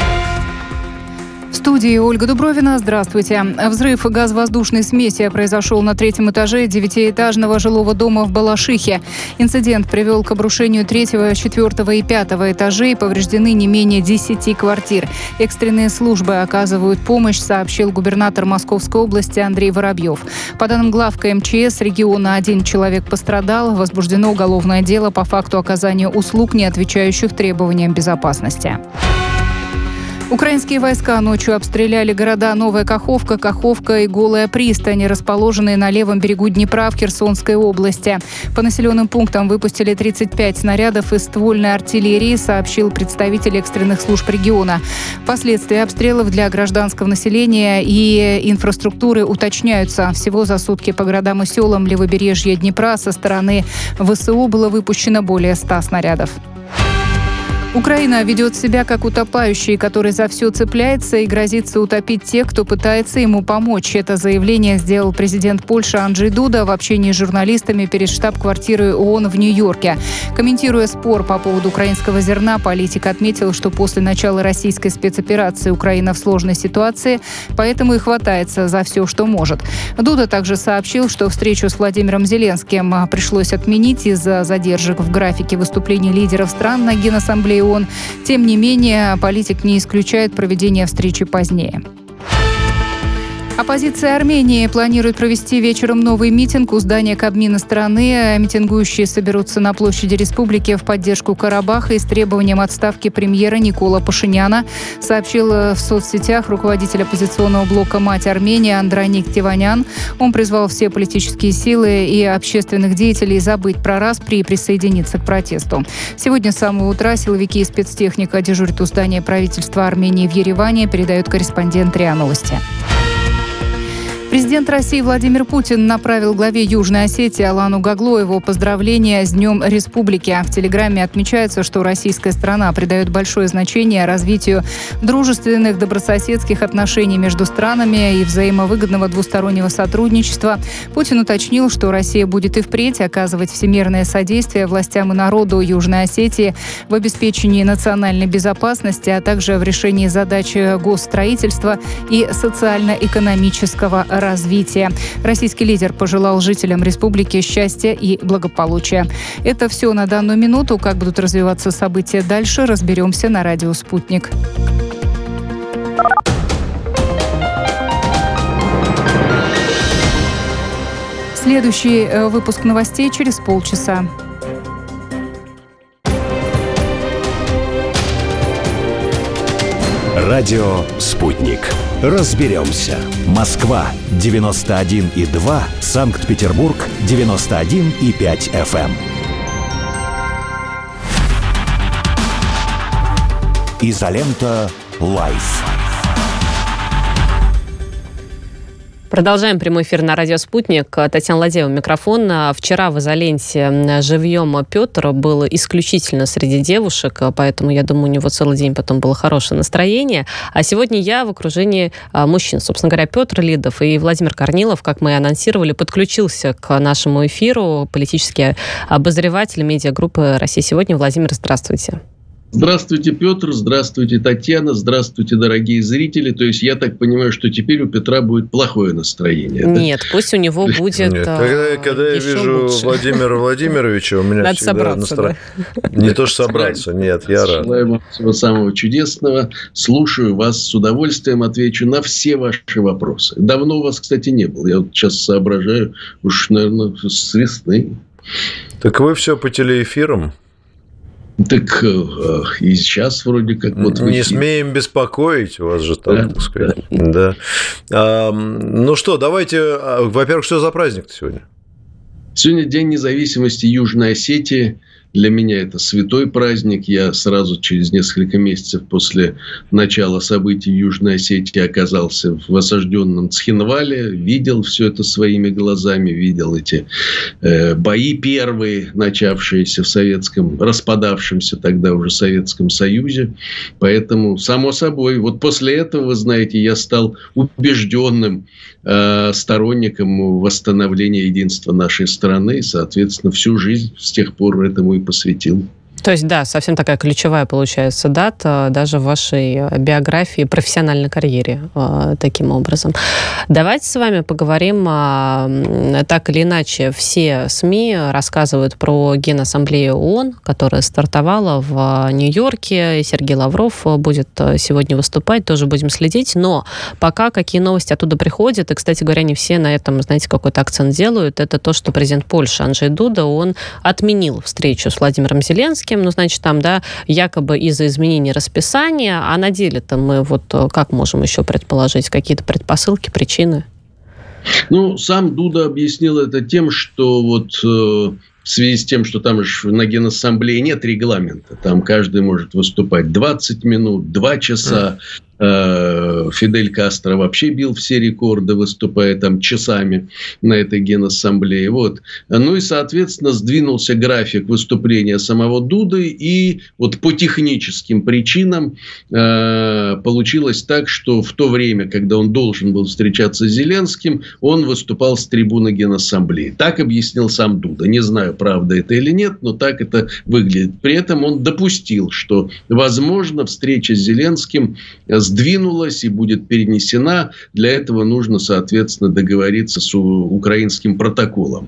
В студии Ольга Дубровина. Здравствуйте. Взрыв газовоздушной смеси произошел на третьем этаже девятиэтажного жилого дома в Балашихе. Инцидент привел к обрушению третьего, четвертого и пятого этажей. Повреждены не менее десяти квартир. Экстренные службы оказывают помощь, сообщил губернатор Московской области Андрей Воробьев. По данным главка эм че эс региона, один человек пострадал. Возбуждено уголовное дело по факту оказания услуг, не отвечающих требованиям безопасности. Украинские войска ночью обстреляли города Новая Каховка, Каховка и Голая пристань, расположенные на левом берегу Днепра в Херсонской области. По населенным пунктам выпустили тридцать пять снарядов из ствольной артиллерии, сообщил представитель экстренных служб региона. Последствия обстрелов для гражданского населения и инфраструктуры уточняются. Всего за сутки по городам и селам левобережья Днепра со стороны вэ эс у было выпущено более ста снарядов. Украина ведет себя как утопающий, который за все цепляется и грозится утопить тех, кто пытается ему помочь. Это заявление сделал президент Польши Анджей Дуда в общении с журналистами перед штаб-квартирой ООН в Нью-Йорке. Комментируя спор по поводу украинского зерна, политик отметил, что после начала российской спецоперации Украина в сложной ситуации, поэтому и хватается за все, что может. Дуда также сообщил, что встречу с Владимиром Зеленским пришлось отменить из-за задержек в графике выступлений лидеров стран на Генассамблее ООН. Тем не менее, политик не исключает проведение встречи позднее. Оппозиция Армении планирует провести вечером новый митинг у здания Кабмина страны. Митингующие соберутся на площади Республики в поддержку Карабаха и с требованием отставки премьера Никола Пашиняна, сообщил в соцсетях руководитель оппозиционного блока «Мать Армении» Андроник Теванян. Он призвал все политические силы и общественных деятелей забыть про распри и присоединиться к протесту. Сегодня с самого утра силовики и спецтехника дежурят у здания правительства Армении в Ереване, передает корреспондент РИА Новости. Президент России Владимир Путин направил главе Южной Осетии Алану Гаглоеву поздравления с Днем Республики. В Телеграме отмечается, что российская страна придает большое значение развитию дружественных добрососедских отношений между странами и взаимовыгодного двустороннего сотрудничества. Путин уточнил, что Россия будет и впредь оказывать всемирное содействие властям и народу Южной Осетии в обеспечении национальной безопасности, а также в решении задач госстроительства и социально-экономического развития. развития. Российский лидер пожелал жителям республики счастья и благополучия. Это все на данную минуту. Как будут развиваться события дальше, разберемся на радио «Спутник». Следующий выпуск новостей через полчаса. Радио «Спутник». Разберемся. Москва девяносто один и два, Санкт-Петербург девяносто один и пять эф эм. Изолента Лайф. Продолжаем прямой эфир на радио «Спутник». Татьяна Ладеева, микрофон. Вчера в изоленте живьем Петр был исключительно среди девушек, поэтому, я думаю, у него целый день потом было хорошее настроение. А сегодня я в окружении мужчин. Собственно говоря, Петр Лидов и Владимир Корнилов, как мы и анонсировали, подключился к нашему эфиру. Политический обозреватель медиагруппы «Россия сегодня». Владимир, здравствуйте. Здравствуйте, Петр, здравствуйте, Татьяна, здравствуйте, дорогие зрители. То есть, я так понимаю, что теперь у Петра будет плохое настроение. Нет, да? Пусть у него будет Нет, когда, когда я вижу лучше. Владимира Владимировича, у меня Надо всегда настроение. Да? Не то, что собраться, нет, я рад. Желаю вам всего самого чудесного. Слушаю вас с удовольствием, отвечу на все ваши вопросы. Давно у вас, кстати, не было. Я вот сейчас соображаю, уж, наверное, с весны. Так вы все по телеэфирам? Так э, и сейчас вроде как вот... Не смеем беспокоить, у вас же там, да, так сказать. Да. Да. А, ну что, давайте... Во-первых, что за праздник сегодня? Сегодня День независимости Южной Осетии. Для меня это святой праздник. Я сразу через несколько месяцев после начала событий в Южной Осетии оказался в осажденном Цхинвале. Видел все это своими глазами. Видел эти э, бои первые, начавшиеся в советском, распадавшемся тогда уже Советском Союзе. Поэтому, само собой, вот после этого, вы знаете, я стал убежденным э, сторонником восстановления единства нашей страны. И, соответственно, всю жизнь с тех пор этому и посвятил. То есть, да, совсем такая ключевая получается дата даже в вашей биографии, профессиональной карьере таким образом. Давайте с вами поговорим. Так или иначе, все СМИ рассказывают про Генассамблею ООН, которая стартовала в Нью-Йорке. Сергей Лавров будет сегодня выступать, тоже будем следить. Но пока какие новости оттуда приходят, и, кстати говоря, не все на этом, знаете, какой-то акцент делают, это то, что президент Польши Анджей Дуда, он отменил встречу с Владимиром Зеленским. Ну, значит, там, да, якобы из-за изменения расписания, а на деле-то мы вот как можем еще предположить? Какие-то предпосылки, причины? Ну, сам Дуда объяснил это тем, что вот э, в связи с тем, что там же на Генассамблее нет регламента, там каждый может выступать двадцать минут, два часа. Фидель Кастро вообще бил все рекорды, выступая там часами на этой Генассамблее. Вот. Ну и, соответственно, сдвинулся график выступления самого Дуды. И вот по техническим причинам э, получилось так, что в то время, когда он должен был встречаться с Зеленским, он выступал с трибуны Генассамблеи. Так объяснил сам Дуда. Не знаю, правда это или нет, но так это выглядит. При этом он допустил, что, возможно, встреча с Зеленским сдвинулась и будет перенесена. Для этого нужно, соответственно, договориться с украинским протоколом.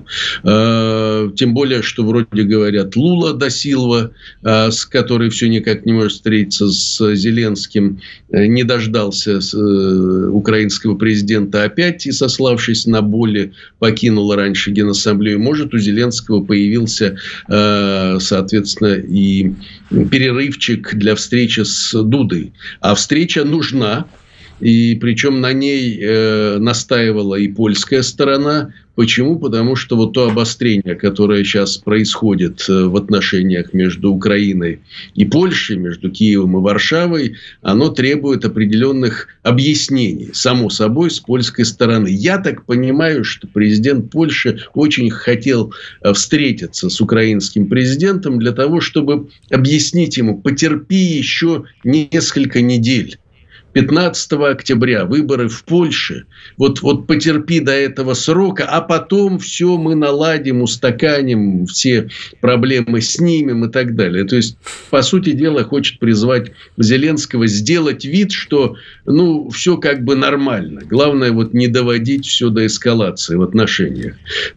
Тем более, что вроде говорят, Лула да Силва, с которой все никак не может встретиться с Зеленским, не дождался украинского президента опять и, сославшись на боли, покинул раньше Генассамблею. Может, у Зеленского появился, соответственно, и перерывчик для встречи с Дудой. А встреча нужна, и причем на ней э, настаивала и польская сторона. Почему? Потому что вот то обострение, которое сейчас происходит в отношениях между Украиной и Польшей, между Киевом и Варшавой, оно требует определенных объяснений, само собой, с польской стороны. Я так понимаю, что президент Польши очень хотел встретиться с украинским президентом для того, чтобы объяснить ему: потерпи еще несколько недель. пятнадцатого октября выборы в Польше. Вот, вот потерпи до этого срока, а потом все мы наладим, устаканим, все проблемы снимем и так далее. То есть, по сути дела, хочет призвать Зеленского сделать вид, что ну, все как бы нормально. Главное, вот не доводить все до эскалации в отношениях.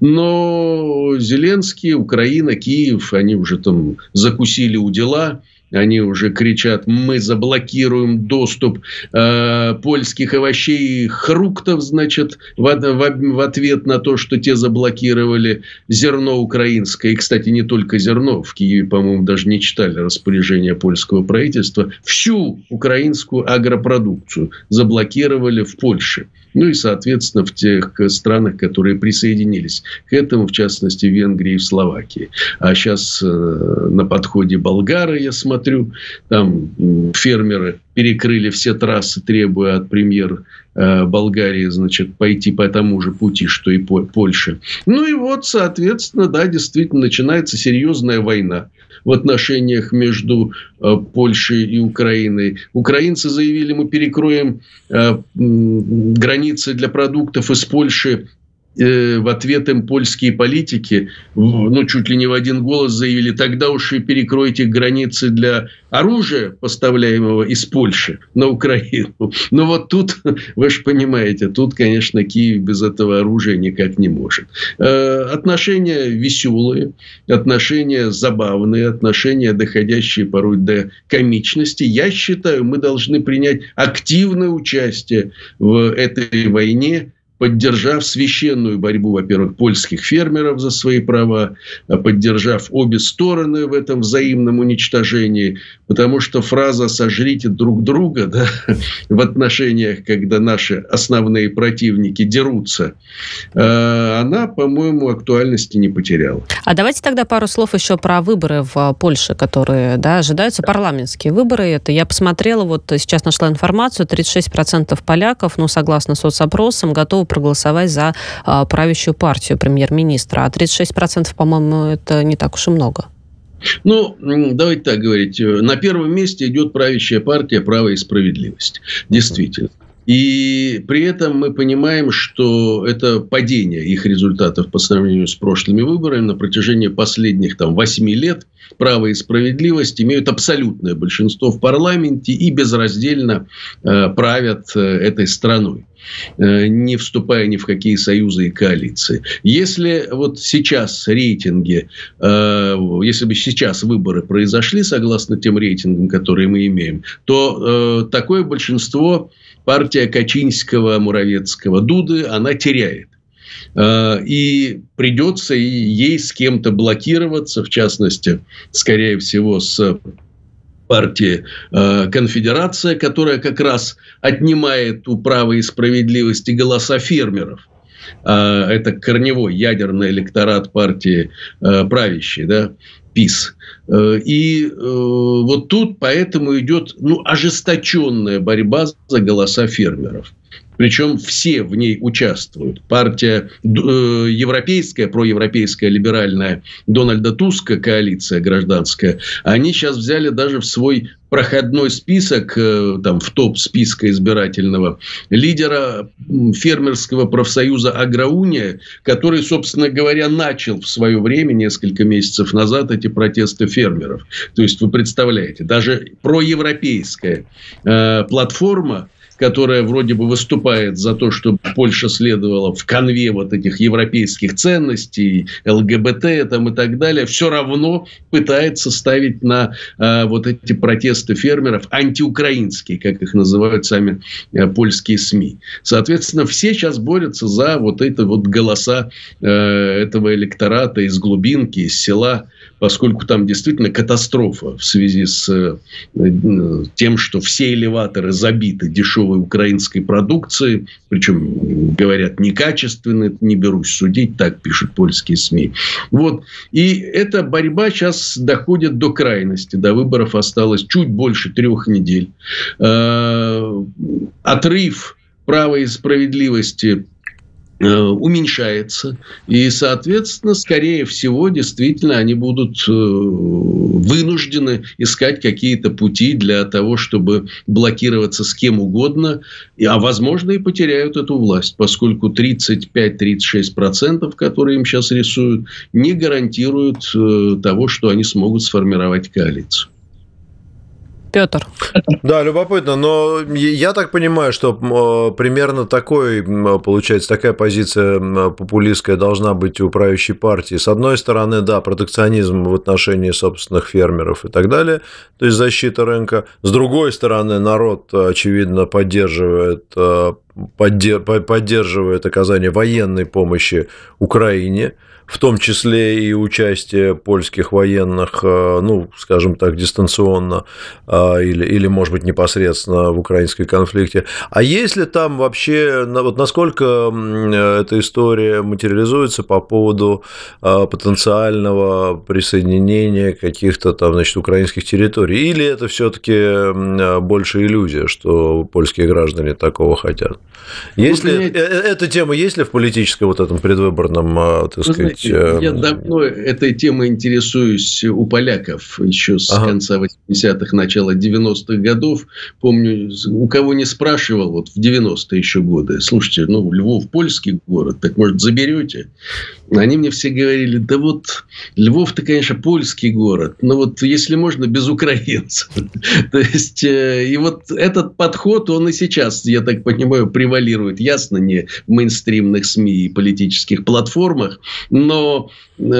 Но Зеленский, Украина, Киев, они уже там закусили у дела. Они уже кричат: мы заблокируем доступ э, польских овощей и фруктов, значит, в, в, в ответ на то, что те заблокировали зерно украинское. И, кстати, не только зерно. В Киеве, по-моему, даже не читали распоряжение польского правительства. Всю украинскую агропродукцию заблокировали в Польше. Ну и, соответственно, в тех странах, которые присоединились к этому, в частности, в Венгрии и в Словакии. А сейчас э, на подходе болгары, я смотрю, там фермеры перекрыли все трассы, требуя от премьера э, Болгарии, значит, пойти по тому же пути, что и по Польше. Ну и вот, соответственно, да, действительно начинается серьезная война в отношениях между э, Польшей и Украиной. Украинцы заявили: мы перекроем э, границы для продуктов из Польши в ответ им польские политики, ну, чуть ли не в один голос заявили: тогда уж и перекройте границы для оружия, поставляемого из Польши на Украину. Но вот тут, вы же понимаете, тут, конечно, Киев без этого оружия никак не может. Отношения веселые, отношения забавные, отношения, доходящие порой до комичности. Я считаю, мы должны принять активное участие в этой войне, поддержав священную борьбу, во-первых, польских фермеров за свои права, поддержав обе стороны в этом взаимном уничтожении, потому что фраза «сожрите друг друга», да, в отношениях, когда наши основные противники дерутся, она, по-моему, актуальности не потеряла. А давайте тогда пару слов еще про выборы в Польше, которые, да, ожидаются, парламентские выборы. Это я посмотрела, вот сейчас нашла информацию, тридцать шесть процентов поляков, ну, согласно соцопросам, готовы проголосовать за а, правящую партию премьер-министра. А тридцать шесть процентов, по-моему, это не так уж и много. Ну, давайте так говорить. На первом месте идет правящая партия «Право и справедливость». Действительно. И при этом мы понимаем, что это падение их результатов по сравнению с прошлыми выборами на протяжении последних там, восьми лет. «Право и справедливость» имеют абсолютное большинство в парламенте и безраздельно э, правят э, этой страной, не вступая ни в какие союзы и коалиции. Если вот сейчас рейтинги, э, если бы сейчас выборы произошли согласно тем рейтингам, которые мы имеем, то э, такое большинство партия Качинского, Моровецкого, Дуды, она теряет. Э, и придется ей с кем-то блокироваться, в частности, скорее всего, с партии э, «Конфедерация», которая как раз отнимает у «Права и справедливости» голоса фермеров. Э, это корневой ядерный электорат партии э, правящей, да, ПиС. Э, и э, вот тут поэтому идет ну, ожесточенная борьба за голоса фермеров. Причем все в ней участвуют. Партия э, европейская, проевропейская, либеральная Дональда Туска, коалиция гражданская, они сейчас взяли даже в свой проходной список, э, там, в топ списка избирательного, лидера фермерского профсоюза «Агроуния», который, собственно говоря, начал в свое время, несколько месяцев назад, эти протесты фермеров. То есть, вы представляете, даже проевропейская э, платформа, которая вроде бы выступает за то, чтобы Польша следовала в канве вот этих европейских ценностей, ЛГБТ там, и так далее, все равно пытается ставить на э, вот эти протесты фермеров антиукраинские, как их называют сами э, польские СМИ. Соответственно, все сейчас борются за вот это вот голоса э, этого электората из глубинки, из села, поскольку там действительно катастрофа в связи с э, тем, что все элеваторы забиты дешевой украинской продукцией, причем, говорят, некачественной, не берусь судить, так пишут польские СМИ. Вот. И эта борьба сейчас доходит до крайности. До выборов осталось чуть больше трех недель. Э, отрыв «Права и справедливости» уменьшается. И, соответственно, скорее всего, действительно, они будут вынуждены искать какие-то пути для того, чтобы блокироваться с кем угодно, а, возможно, и потеряют эту власть, поскольку тридцать пять - тридцать шесть процентов, которые им сейчас рисуют, не гарантируют того, что они смогут сформировать коалицию. Петр. Да, любопытно, но я так понимаю, что примерно такой, получается, такая позиция популистская должна быть у правящей партии. С одной стороны, да, протекционизм в отношении собственных фермеров и так далее, то есть защита рынка. С другой стороны, народ, очевидно, поддерживает, поддерживает оказание военной помощи Украине, в том числе и участие польских военных, ну, скажем так, дистанционно или, или, может быть, непосредственно в украинском конфликте. А если там вообще, вот насколько эта история материализуется по поводу потенциального присоединения каких-то там, значит, украинских территорий? Или это все-таки больше иллюзия, что польские граждане такого хотят? Если, ну, эта тема есть ли в политическом вот этом предвыборном, так сказать, есть... Я давно этой темой интересуюсь у поляков, еще с ага. конца восьмидесятых, начала девяностых годов. Помню, у кого не спрашивал, вот в девяностые еще годы, слушайте, ну, Львов польский город, так, может, заберете? Они мне все говорили, да вот Львов-то, конечно, польский город, но вот если можно, без украинцев. То есть, и вот этот подход, он и сейчас, я так понимаю, превалирует. Ясно, не в мейнстримных СМИ и политических платформах, но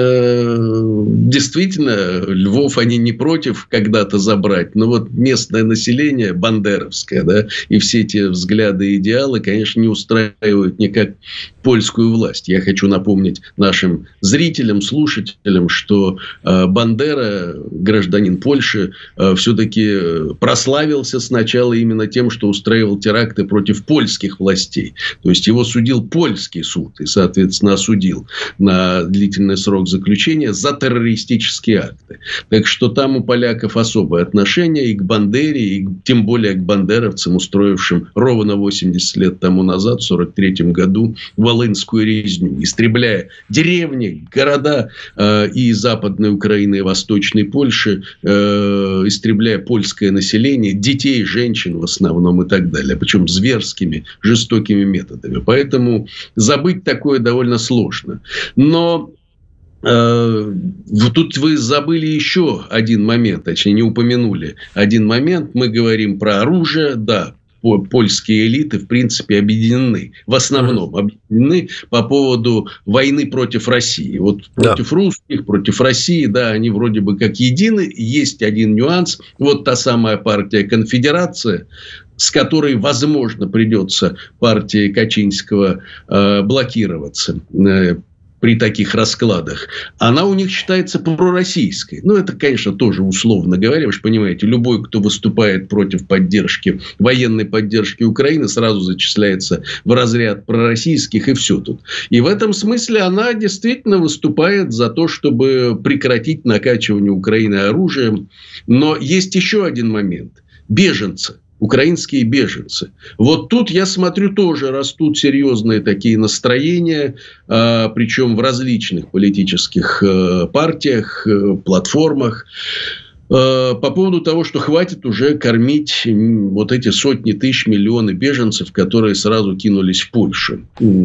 э, действительно, Львов они не против когда-то забрать, но вот местное население бандеровское, да, и все эти взгляды и идеалы, конечно, не устраивают никак польскую власть. Я хочу напомнить нашим зрителям, слушателям, что э, Бандера, гражданин Польши, э, все-таки прославился сначала именно тем, что устраивал теракты против польских властей. То есть, его судил польский суд и, соответственно, осудил на длительный срок заключения за террористические акты. Так что там у поляков особое отношение и к Бандере, и тем более к бандеровцам, устроившим ровно восемьдесят лет тому назад, в сорок третьем году, волынскую резню, истребляя деревни, города э, и Западной Украины, и Восточной Польши, э, истребляя польское население, детей, женщин в основном и так далее. Причем зверскими, жестокими методами. Поэтому забыть такое довольно сложно. Но э, тут вы забыли еще один момент, точнее, не упомянули один момент. Мы говорим про оружие, да. Польские элиты, в принципе, объединены. В основном объединены по поводу войны против России. Вот против да. русских, против России, да, они вроде бы как едины. Есть один нюанс. Вот та самая партия «Конфедерация», с которой, возможно, придется партии Качинского э, блокироваться э, при таких раскладах, она у них считается пророссийской. Ну, это, конечно, тоже условно говоря. Вы же понимаете, любой, кто выступает против поддержки, военной поддержки Украины, сразу зачисляется в разряд пророссийских, и все тут. И в этом смысле она действительно выступает за то, чтобы прекратить накачивание Украины оружием. Но есть еще один момент. Беженцы. Украинские беженцы. Вот тут, я смотрю, тоже растут серьезные такие настроения, причем в различных политических партиях, платформах, по поводу того, что хватит уже кормить вот эти сотни тысяч, миллионы беженцев, которые сразу кинулись в Польшу.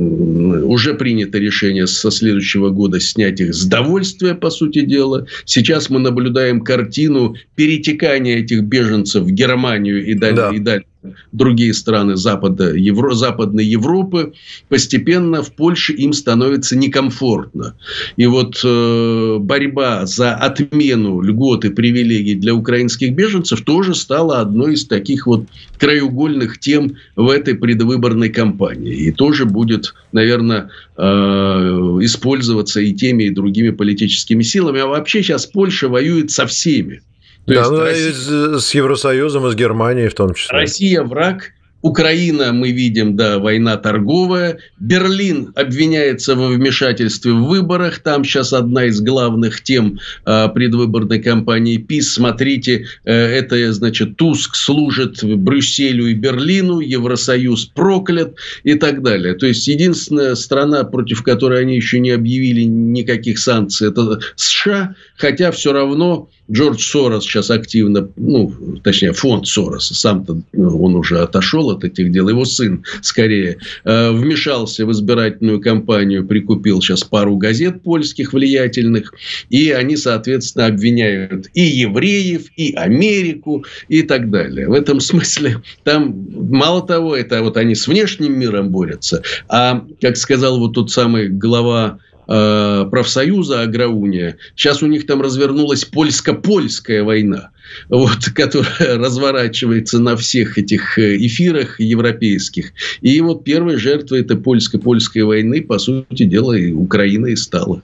Уже принято решение со следующего года снять их с довольствия, по сути дела. Сейчас мы наблюдаем картину перетекания этих беженцев в Германию и далее, да. и далее. Другие страны Запада, Евро, Западной Европы, постепенно в Польше им становится некомфортно. И вот э, борьба за отмену льгот и привилегий для украинских беженцев тоже стала одной из таких вот краеугольных тем в этой предвыборной кампании. И тоже будет, наверное, э, использоваться и теми, и другими политическими силами. А вообще сейчас Польша воюет со всеми. То да, есть ну, Россия... с Евросоюзом и с Германией в том числе. Россия враг, Украина, мы видим, да, война торговая. Берлин обвиняется во вмешательстве в выборах. Там сейчас одна из главных тем э, предвыборной кампании ПиС. Смотрите, э, это, значит, Туск служит Брюсселю и Берлину, Евросоюз проклят и так далее. То есть, единственная страна, против которой они еще не объявили никаких санкций, это США. Хотя, все равно... Джордж Сорос сейчас активно, ну, точнее, фонд Сороса, сам-то ну, он уже отошел от этих дел, его сын, скорее, э, вмешался в избирательную кампанию, прикупил сейчас пару газет польских влиятельных, и они, соответственно, обвиняют и евреев, и Америку, и так далее. В этом смысле там, мало того, это вот они с внешним миром борются, а, как сказал вот тот самый глава профсоюза Аграуния, сейчас у них там развернулась польско-польская война, вот, которая разворачивается на всех этих эфирах европейских. И вот первой жертвой этой польско-польской войны, по сути дела, и Украина и стала.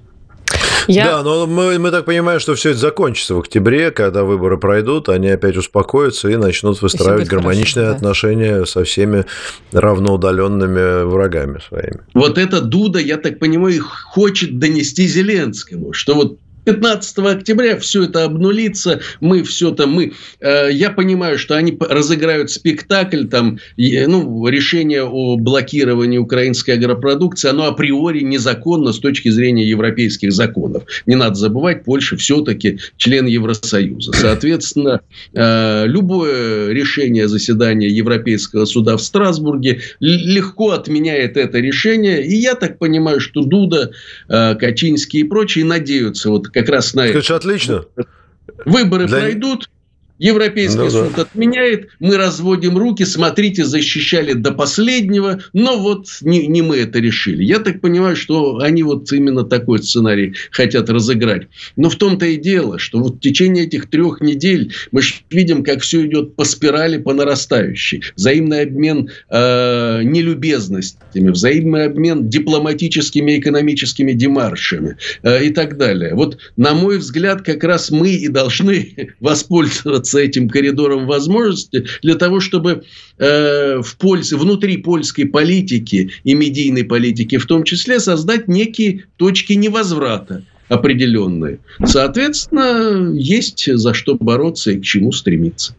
Я... Да, но мы, мы так понимаем, что все это закончится в октябре, когда выборы пройдут, они опять успокоятся и начнут выстраивать гармоничные хорошо, да. отношения со всеми равноудаленными врагами своими. Вот это Дуда, я так понимаю, хочет донести Зеленскому, что вот пятнадцатого октября все это обнулится, мы все там, мы, э, я понимаю, что они разыграют спектакль, там, э, ну, решение о блокировании украинской агропродукции, оно априори незаконно с точки зрения европейских законов. Не надо забывать, Польша все-таки член Евросоюза. Соответственно, э, любое решение заседания Европейского суда в Страсбурге легко отменяет это решение, и я так понимаю, что Дуда, э, Качинский и прочие надеются вот как раз на это. Это отлично. Выборы Для... пройдут, Европейский да, суд да. отменяет, мы разводим руки, смотрите, защищали до последнего, но вот не, не мы это решили. Я так понимаю, что они вот именно такой сценарий хотят разыграть. Но в том-то и дело, что вот в течение этих трех недель мы же видим, как все идет по спирали, по нарастающей. Взаимный обмен э, нелюбезностями, взаимный обмен дипломатическими и экономическими демаршами э, и так далее. Вот, на мой взгляд, как раз мы и должны воспользоваться этим коридором возможностей для того, чтобы э, в пользу, внутри польской политики и медийной политики в том числе создать некие точки невозврата определенные. Соответственно, есть за что бороться и к чему стремиться.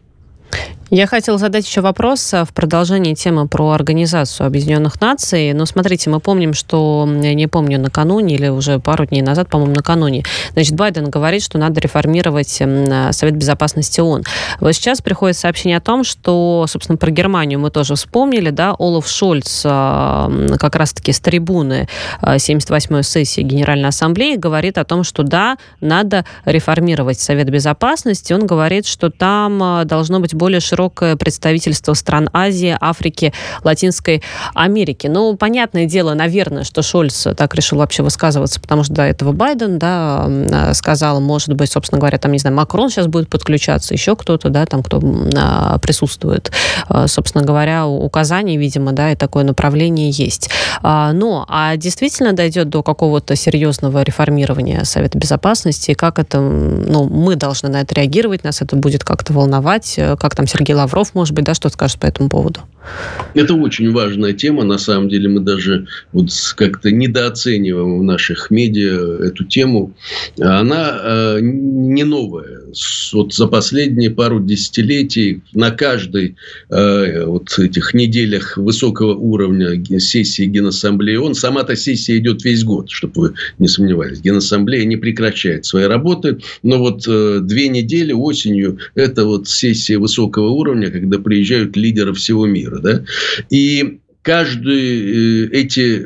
Я хотела задать еще вопрос в продолжении темы про Организацию Объединенных Наций. Но смотрите, мы помним, что, я не помню, накануне или уже пару дней назад, по-моему, накануне, значит, Байден говорит, что надо реформировать Совет Безопасности ООН. Вот сейчас приходит сообщение о том, что, собственно, про Германию мы тоже вспомнили, да, Олаф Шольц как раз-таки с трибуны семьдесят восьмой сессии Генеральной Ассамблеи говорит о том, что да, надо реформировать Совет Безопасности. Он говорит, что там должно быть более широкое представительство стран Азии, Африки, Латинской Америки. Ну, понятное дело, наверное, что Шольц так решил вообще высказываться, потому что до этого Байден, да, сказал, может быть, собственно говоря, там, не знаю, Макрон сейчас будет подключаться, еще кто-то, да, там, кто присутствует. Собственно говоря, указания, видимо, да, и такое направление есть. Но, а действительно дойдет до какого-то серьезного реформирования Совета Безопасности, как это, ну, мы должны на это реагировать, нас это будет как-то волновать, как там Сергей Лавров, может быть, да, что скажет по этому поводу? Это очень важная тема. На самом деле мы даже вот как-то недооцениваем в наших медиа эту тему. Она э, не новая. Вот за последние пару десятилетий на каждой э, вот этих неделях высокого уровня сессии Генассамблеи ООН, сама-то сессия идет весь год, чтобы вы не сомневались. Генассамблея не прекращает своей работы, но вот э, две недели осенью это вот сессия высокого уровня, когда приезжают лидеры всего мира. Да? И каждые эти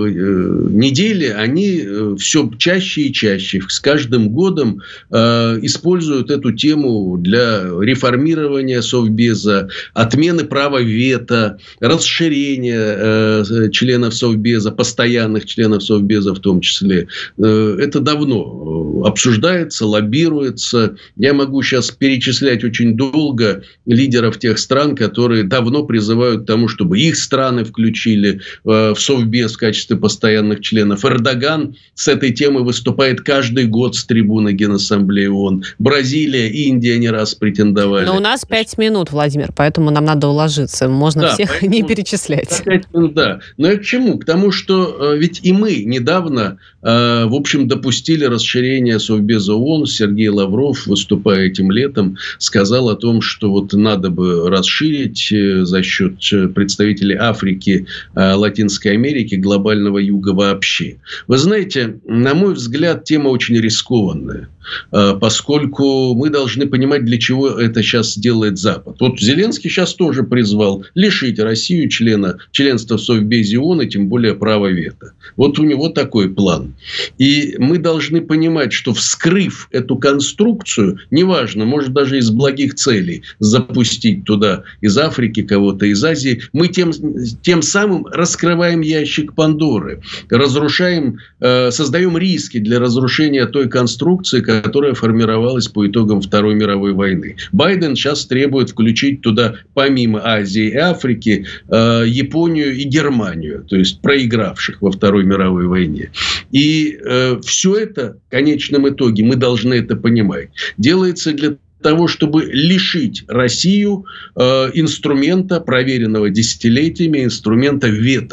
э, недели они все чаще и чаще, с каждым годом э, используют эту тему для реформирования Совбеза, отмены права вето, расширения э, членов Совбеза, постоянных членов Совбеза в том числе. Э, это давно обсуждается, лоббируется. Я могу сейчас перечислять очень долго лидеров тех стран, которые давно призывают к тому, чтобы их страны включили в Совбез в качестве постоянных членов. Эрдоган с этой темой выступает каждый год с трибуны Генассамблеи ООН. Бразилия, Индия не раз претендовали. Но у нас пять минут, Владимир, поэтому нам надо уложиться. Можно да, всех поэтому, не перечислять. пять минут, да. Но я к чему? К тому, что ведь и мы недавно, в общем, допустили расширение Совбеза ООН. Сергей Лавров, выступая этим летом, сказал о том, что вот надо бы расширить за счет представителей Африки, Латинской Америки, глобального юга вообще. Вы знаете, на мой взгляд, тема очень рискованная, поскольку мы должны понимать, для чего это сейчас делает Запад. Вот Зеленский сейчас тоже призвал лишить Россию члена, членства в Совбезе ООН, и тем более права вето. Вот у него такой план. И мы должны понимать, что вскрыв эту конструкцию, неважно, может даже из благих целей запустить туда из Африки кого-то, из Азии, мы тем, тем самым раскрываем ящик Пандоры, разрушаем, э, создаем риски для разрушения той конструкции, которая формировалась по итогам Второй мировой войны. Байден сейчас требует включить туда, помимо Азии и Африки, э, Японию и Германию, то есть проигравших во Второй мировой войне. И э, все это в конечном итоге, мы должны это понимать, делается для того, чтобы лишить Россию э, инструмента, проверенного десятилетиями, инструмента вето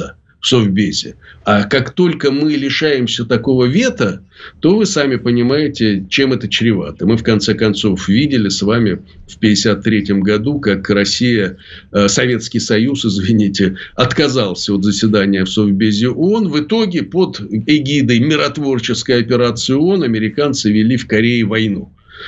в Совбезе. А как только мы лишаемся такого вето, то вы сами понимаете, чем это чревато. Мы, в конце концов, видели с вами в пятьдесят третьем году, как Россия, Советский Союз, извините, отказался от заседания в Совбезе ООН. В итоге под эгидой миротворческой операции ООН американцы вели в Корее войну.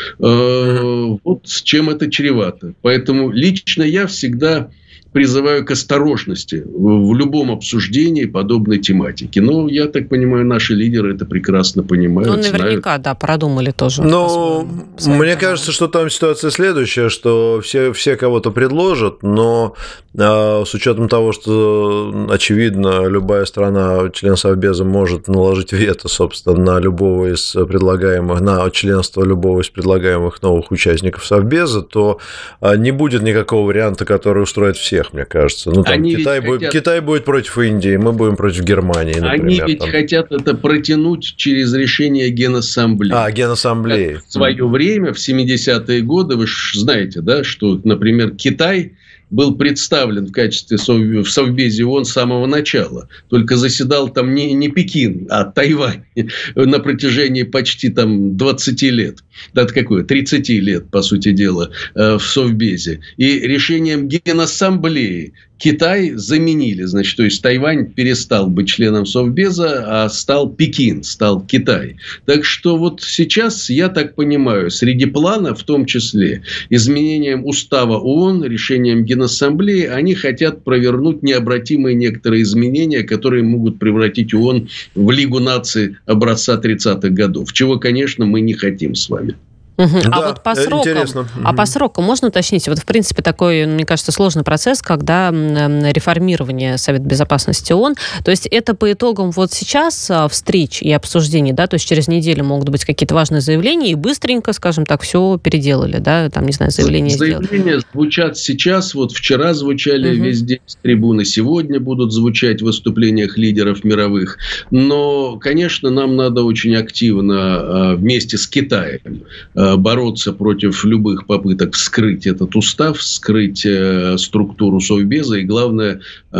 Вот с чем это чревато. Поэтому лично я всегда призываю к осторожности в любом обсуждении подобной тематики. Но, я так понимаю, наши лидеры это прекрасно понимают. Ну, наверняка, знают. Да, продумали тоже. Но мне кажется, что там ситуация следующая, что все, все кого-то предложат, но а, с учетом того, что, очевидно, любая страна, член Совбеза, может наложить вето, собственно, на любого из предлагаемых, на членство любого из предлагаемых новых участников Совбеза, то не будет никакого варианта, который устроит всех, мне кажется. Ну, там Китай, будет, хотят... Китай будет против Индии, мы будем против Германии, например. Они ведь там. хотят это протянуть через решение Генассамблеи. А, Генассамблеи. В свое время, в семидесятые годы, вы же знаете, да, что, например, Китай был представлен в качестве в Совбезе ООН с самого начала. Только заседал там не, не Пекин, а Тайвань на протяжении почти там двадцати лет. Да, это какое? тридцати лет, по сути дела, в Совбезе. И решением Генассамблеи Китай заменили. Значит, то есть Тайвань перестал быть членом Совбеза, а стал Пекин, стал Китай. Так что вот сейчас, я так понимаю, среди планов, в том числе изменением устава ООН, решением Генассамблеи, они хотят провернуть необратимые некоторые изменения, которые могут превратить ООН в Лигу наций образца тридцатых годов. Чего, конечно, мы не хотим с вами. Угу. Да, а вот по срокам, интересно. А по срокам можно уточнить? Вот, в принципе, такой, мне кажется, сложный процесс, когда реформирование Совета Безопасности ООН, то есть это по итогам вот сейчас встреч и обсуждений, да, то есть через неделю могут быть какие-то важные заявления, и быстренько, скажем так, все переделали, да, там, не знаю, заявления сделали. Заявления звучат сейчас, вот вчера звучали угу. весь день с трибуны, сегодня будут звучать в выступлениях лидеров мировых, но, конечно, нам надо очень активно вместе с Китаем бороться против любых попыток вскрыть этот устав, вскрыть э, структуру Совбеза и, главное,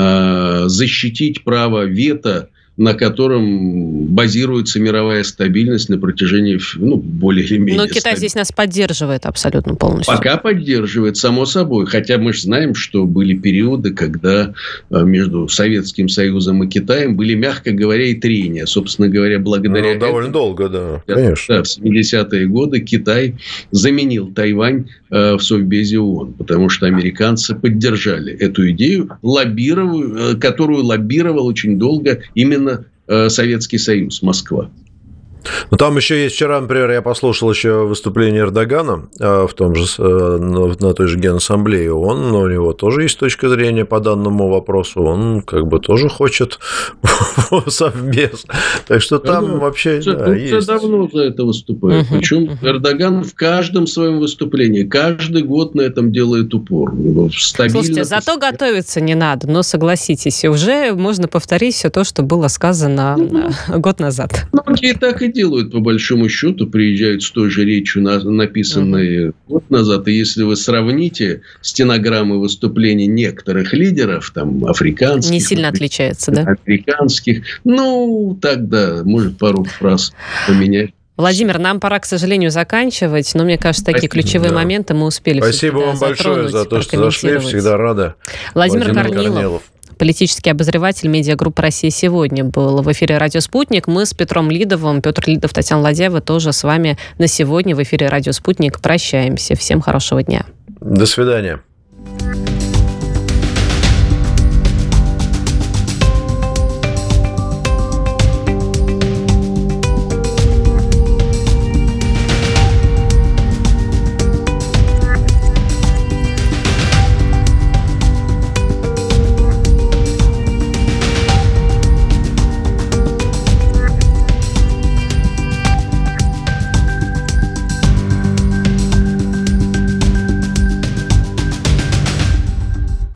э, защитить право вето, на котором базируется мировая стабильность на протяжении, ну, более или менее. Но Китай стабильности. Здесь нас поддерживает абсолютно полностью. Пока поддерживает, само собой. Хотя мы же знаем, что были периоды, когда между Советским Союзом и Китаем были, мягко говоря, и трения. Собственно говоря, благодаря ну, довольно этому, долго, да, конечно. Да, в семидесятые годы Китай заменил Тайвань э, в Совбезе ООН, потому что американцы поддержали эту идею, лоббировали, которую лоббировал очень долго именно Советский Союз, Москва. Ну, там еще есть, вчера, например, я послушал еще выступление Эрдогана в том же, на той же Генассамблее ООН, но у него тоже есть точка зрения по данному вопросу, он как бы тоже хочет совместно. Так что там да, вообще да, да, есть. Давно за это выступает. Uh-huh. Причем Эрдоган в каждом своем выступлении, каждый год на этом делает упор. Стабильно. Слушайте, зато готовиться не надо, но согласитесь, уже можно повторить все то, что было сказано uh-huh. год назад. Многие так и делают, по большому счету, приезжают с той же речью, написанной uh-huh. год назад. И если вы сравните стенограммы выступлений некоторых лидеров, там, африканских... Не сильно отличается, да? Африканских. Ну, тогда, может, пару фраз поменять. Владимир, нам пора, к сожалению, заканчивать, но, мне кажется, такие Спасибо, ключевые да. моменты мы успели. Спасибо вам большое за то, что зашли. Всегда рада. Владимир, Владимир Корнилов. Корнилов. Политический обозреватель медиагруппы «Россия сегодня» был в эфире «Радио Спутник». Мы с Петром Лидовым, Петр Лидов, Татьяна Ладяева тоже с вами на сегодня в эфире «Радио Спутник». Прощаемся. Всем хорошего дня. До свидания.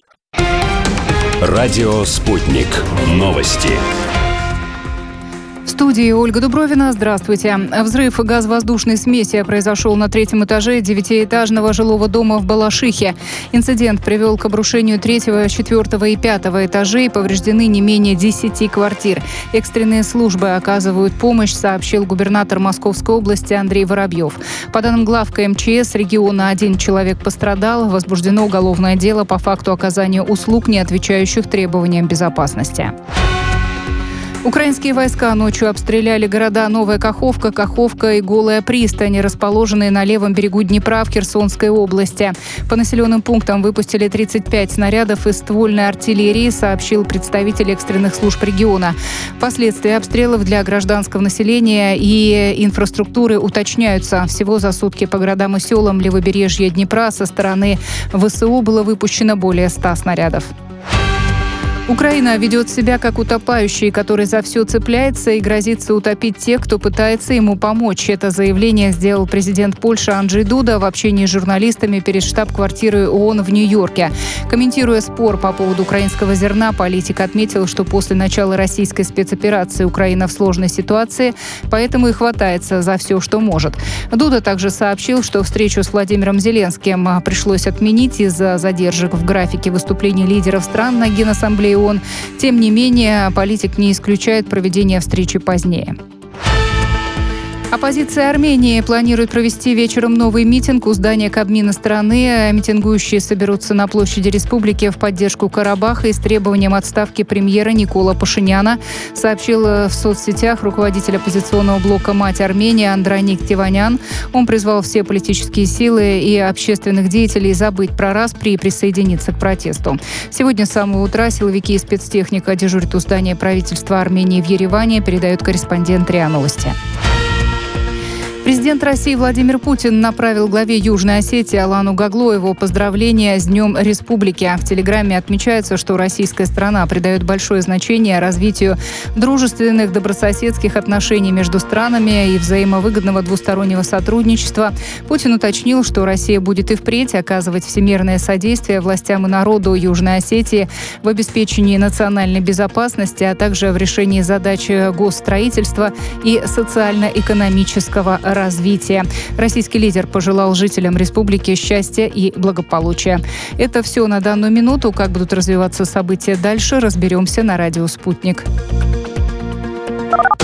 Радио «Спутник». Новости. студии Ольга Дубровина. Здравствуйте. Взрыв газовоздушной смеси произошел на третьем этаже девятиэтажного жилого дома в Балашихе. Инцидент привел к обрушению третьего, четвертого и пятого этажей. Повреждены не менее десяти квартир. Экстренные службы оказывают помощь, сообщил губернатор Московской области Андрей Воробьев. По данным главка эм че эс региона, один человек пострадал. Возбуждено уголовное дело по факту оказания услуг, не отвечающих требованиям безопасности. Украинские войска ночью обстреляли города Новая Каховка, Каховка и Голая пристань, расположенные на левом берегу Днепра в Херсонской области. По населенным пунктам выпустили тридцать пять снарядов из ствольной артиллерии, сообщил представитель экстренных служб региона. Последствия обстрелов для гражданского населения и инфраструктуры уточняются. Всего за сутки по городам и селам левобережья Днепра со стороны вэ эс о было выпущено более ста снарядов. Украина ведет себя как утопающий, который за все цепляется и грозится утопить тех, кто пытается ему помочь. Это заявление сделал президент Польши Анджей Дуда в общении с журналистами перед штаб-квартирой ООН в Нью-Йорке. Комментируя спор по поводу украинского зерна, политик отметил, что после начала российской спецоперации Украина в сложной ситуации, поэтому и хватается за все, что может. Дуда также сообщил, что встречу с Владимиром Зеленским пришлось отменить из-за задержек в графике выступлений лидеров стран на Генассамблее ООН. Тем не менее, политик не исключает проведение встречи позднее. Оппозиция Армении планирует провести вечером новый митинг у здания Кабмина страны. Митингующие соберутся на площади Республики в поддержку Карабаха и с требованием отставки премьера Никола Пашиняна, сообщил в соцсетях руководитель оппозиционного блока «Мать Армении» Андроник Теванян. Он призвал все политические силы и общественных деятелей забыть про распри и присоединиться к протесту. Сегодня с самого утра силовики и спецтехника дежурят у здания правительства Армении в Ереване, передает корреспондент РИА Новости. Президент России Владимир Путин направил главе Южной Осетии Алану Гаглоеву поздравления с Днем Республики. В Телеграме отмечается, что российская страна придает большое значение развитию дружественных добрососедских отношений между странами и взаимовыгодного двустороннего сотрудничества. Путин уточнил, что Россия будет и впредь оказывать всемирное содействие властям и народу Южной Осетии в обеспечении национальной безопасности, а также в решении задач госстроительства и социально-экономического развития. Российский лидер пожелал жителям республики счастья и благополучия. Это все на данную минуту. Как будут развиваться события дальше, разберемся на радио «Спутник».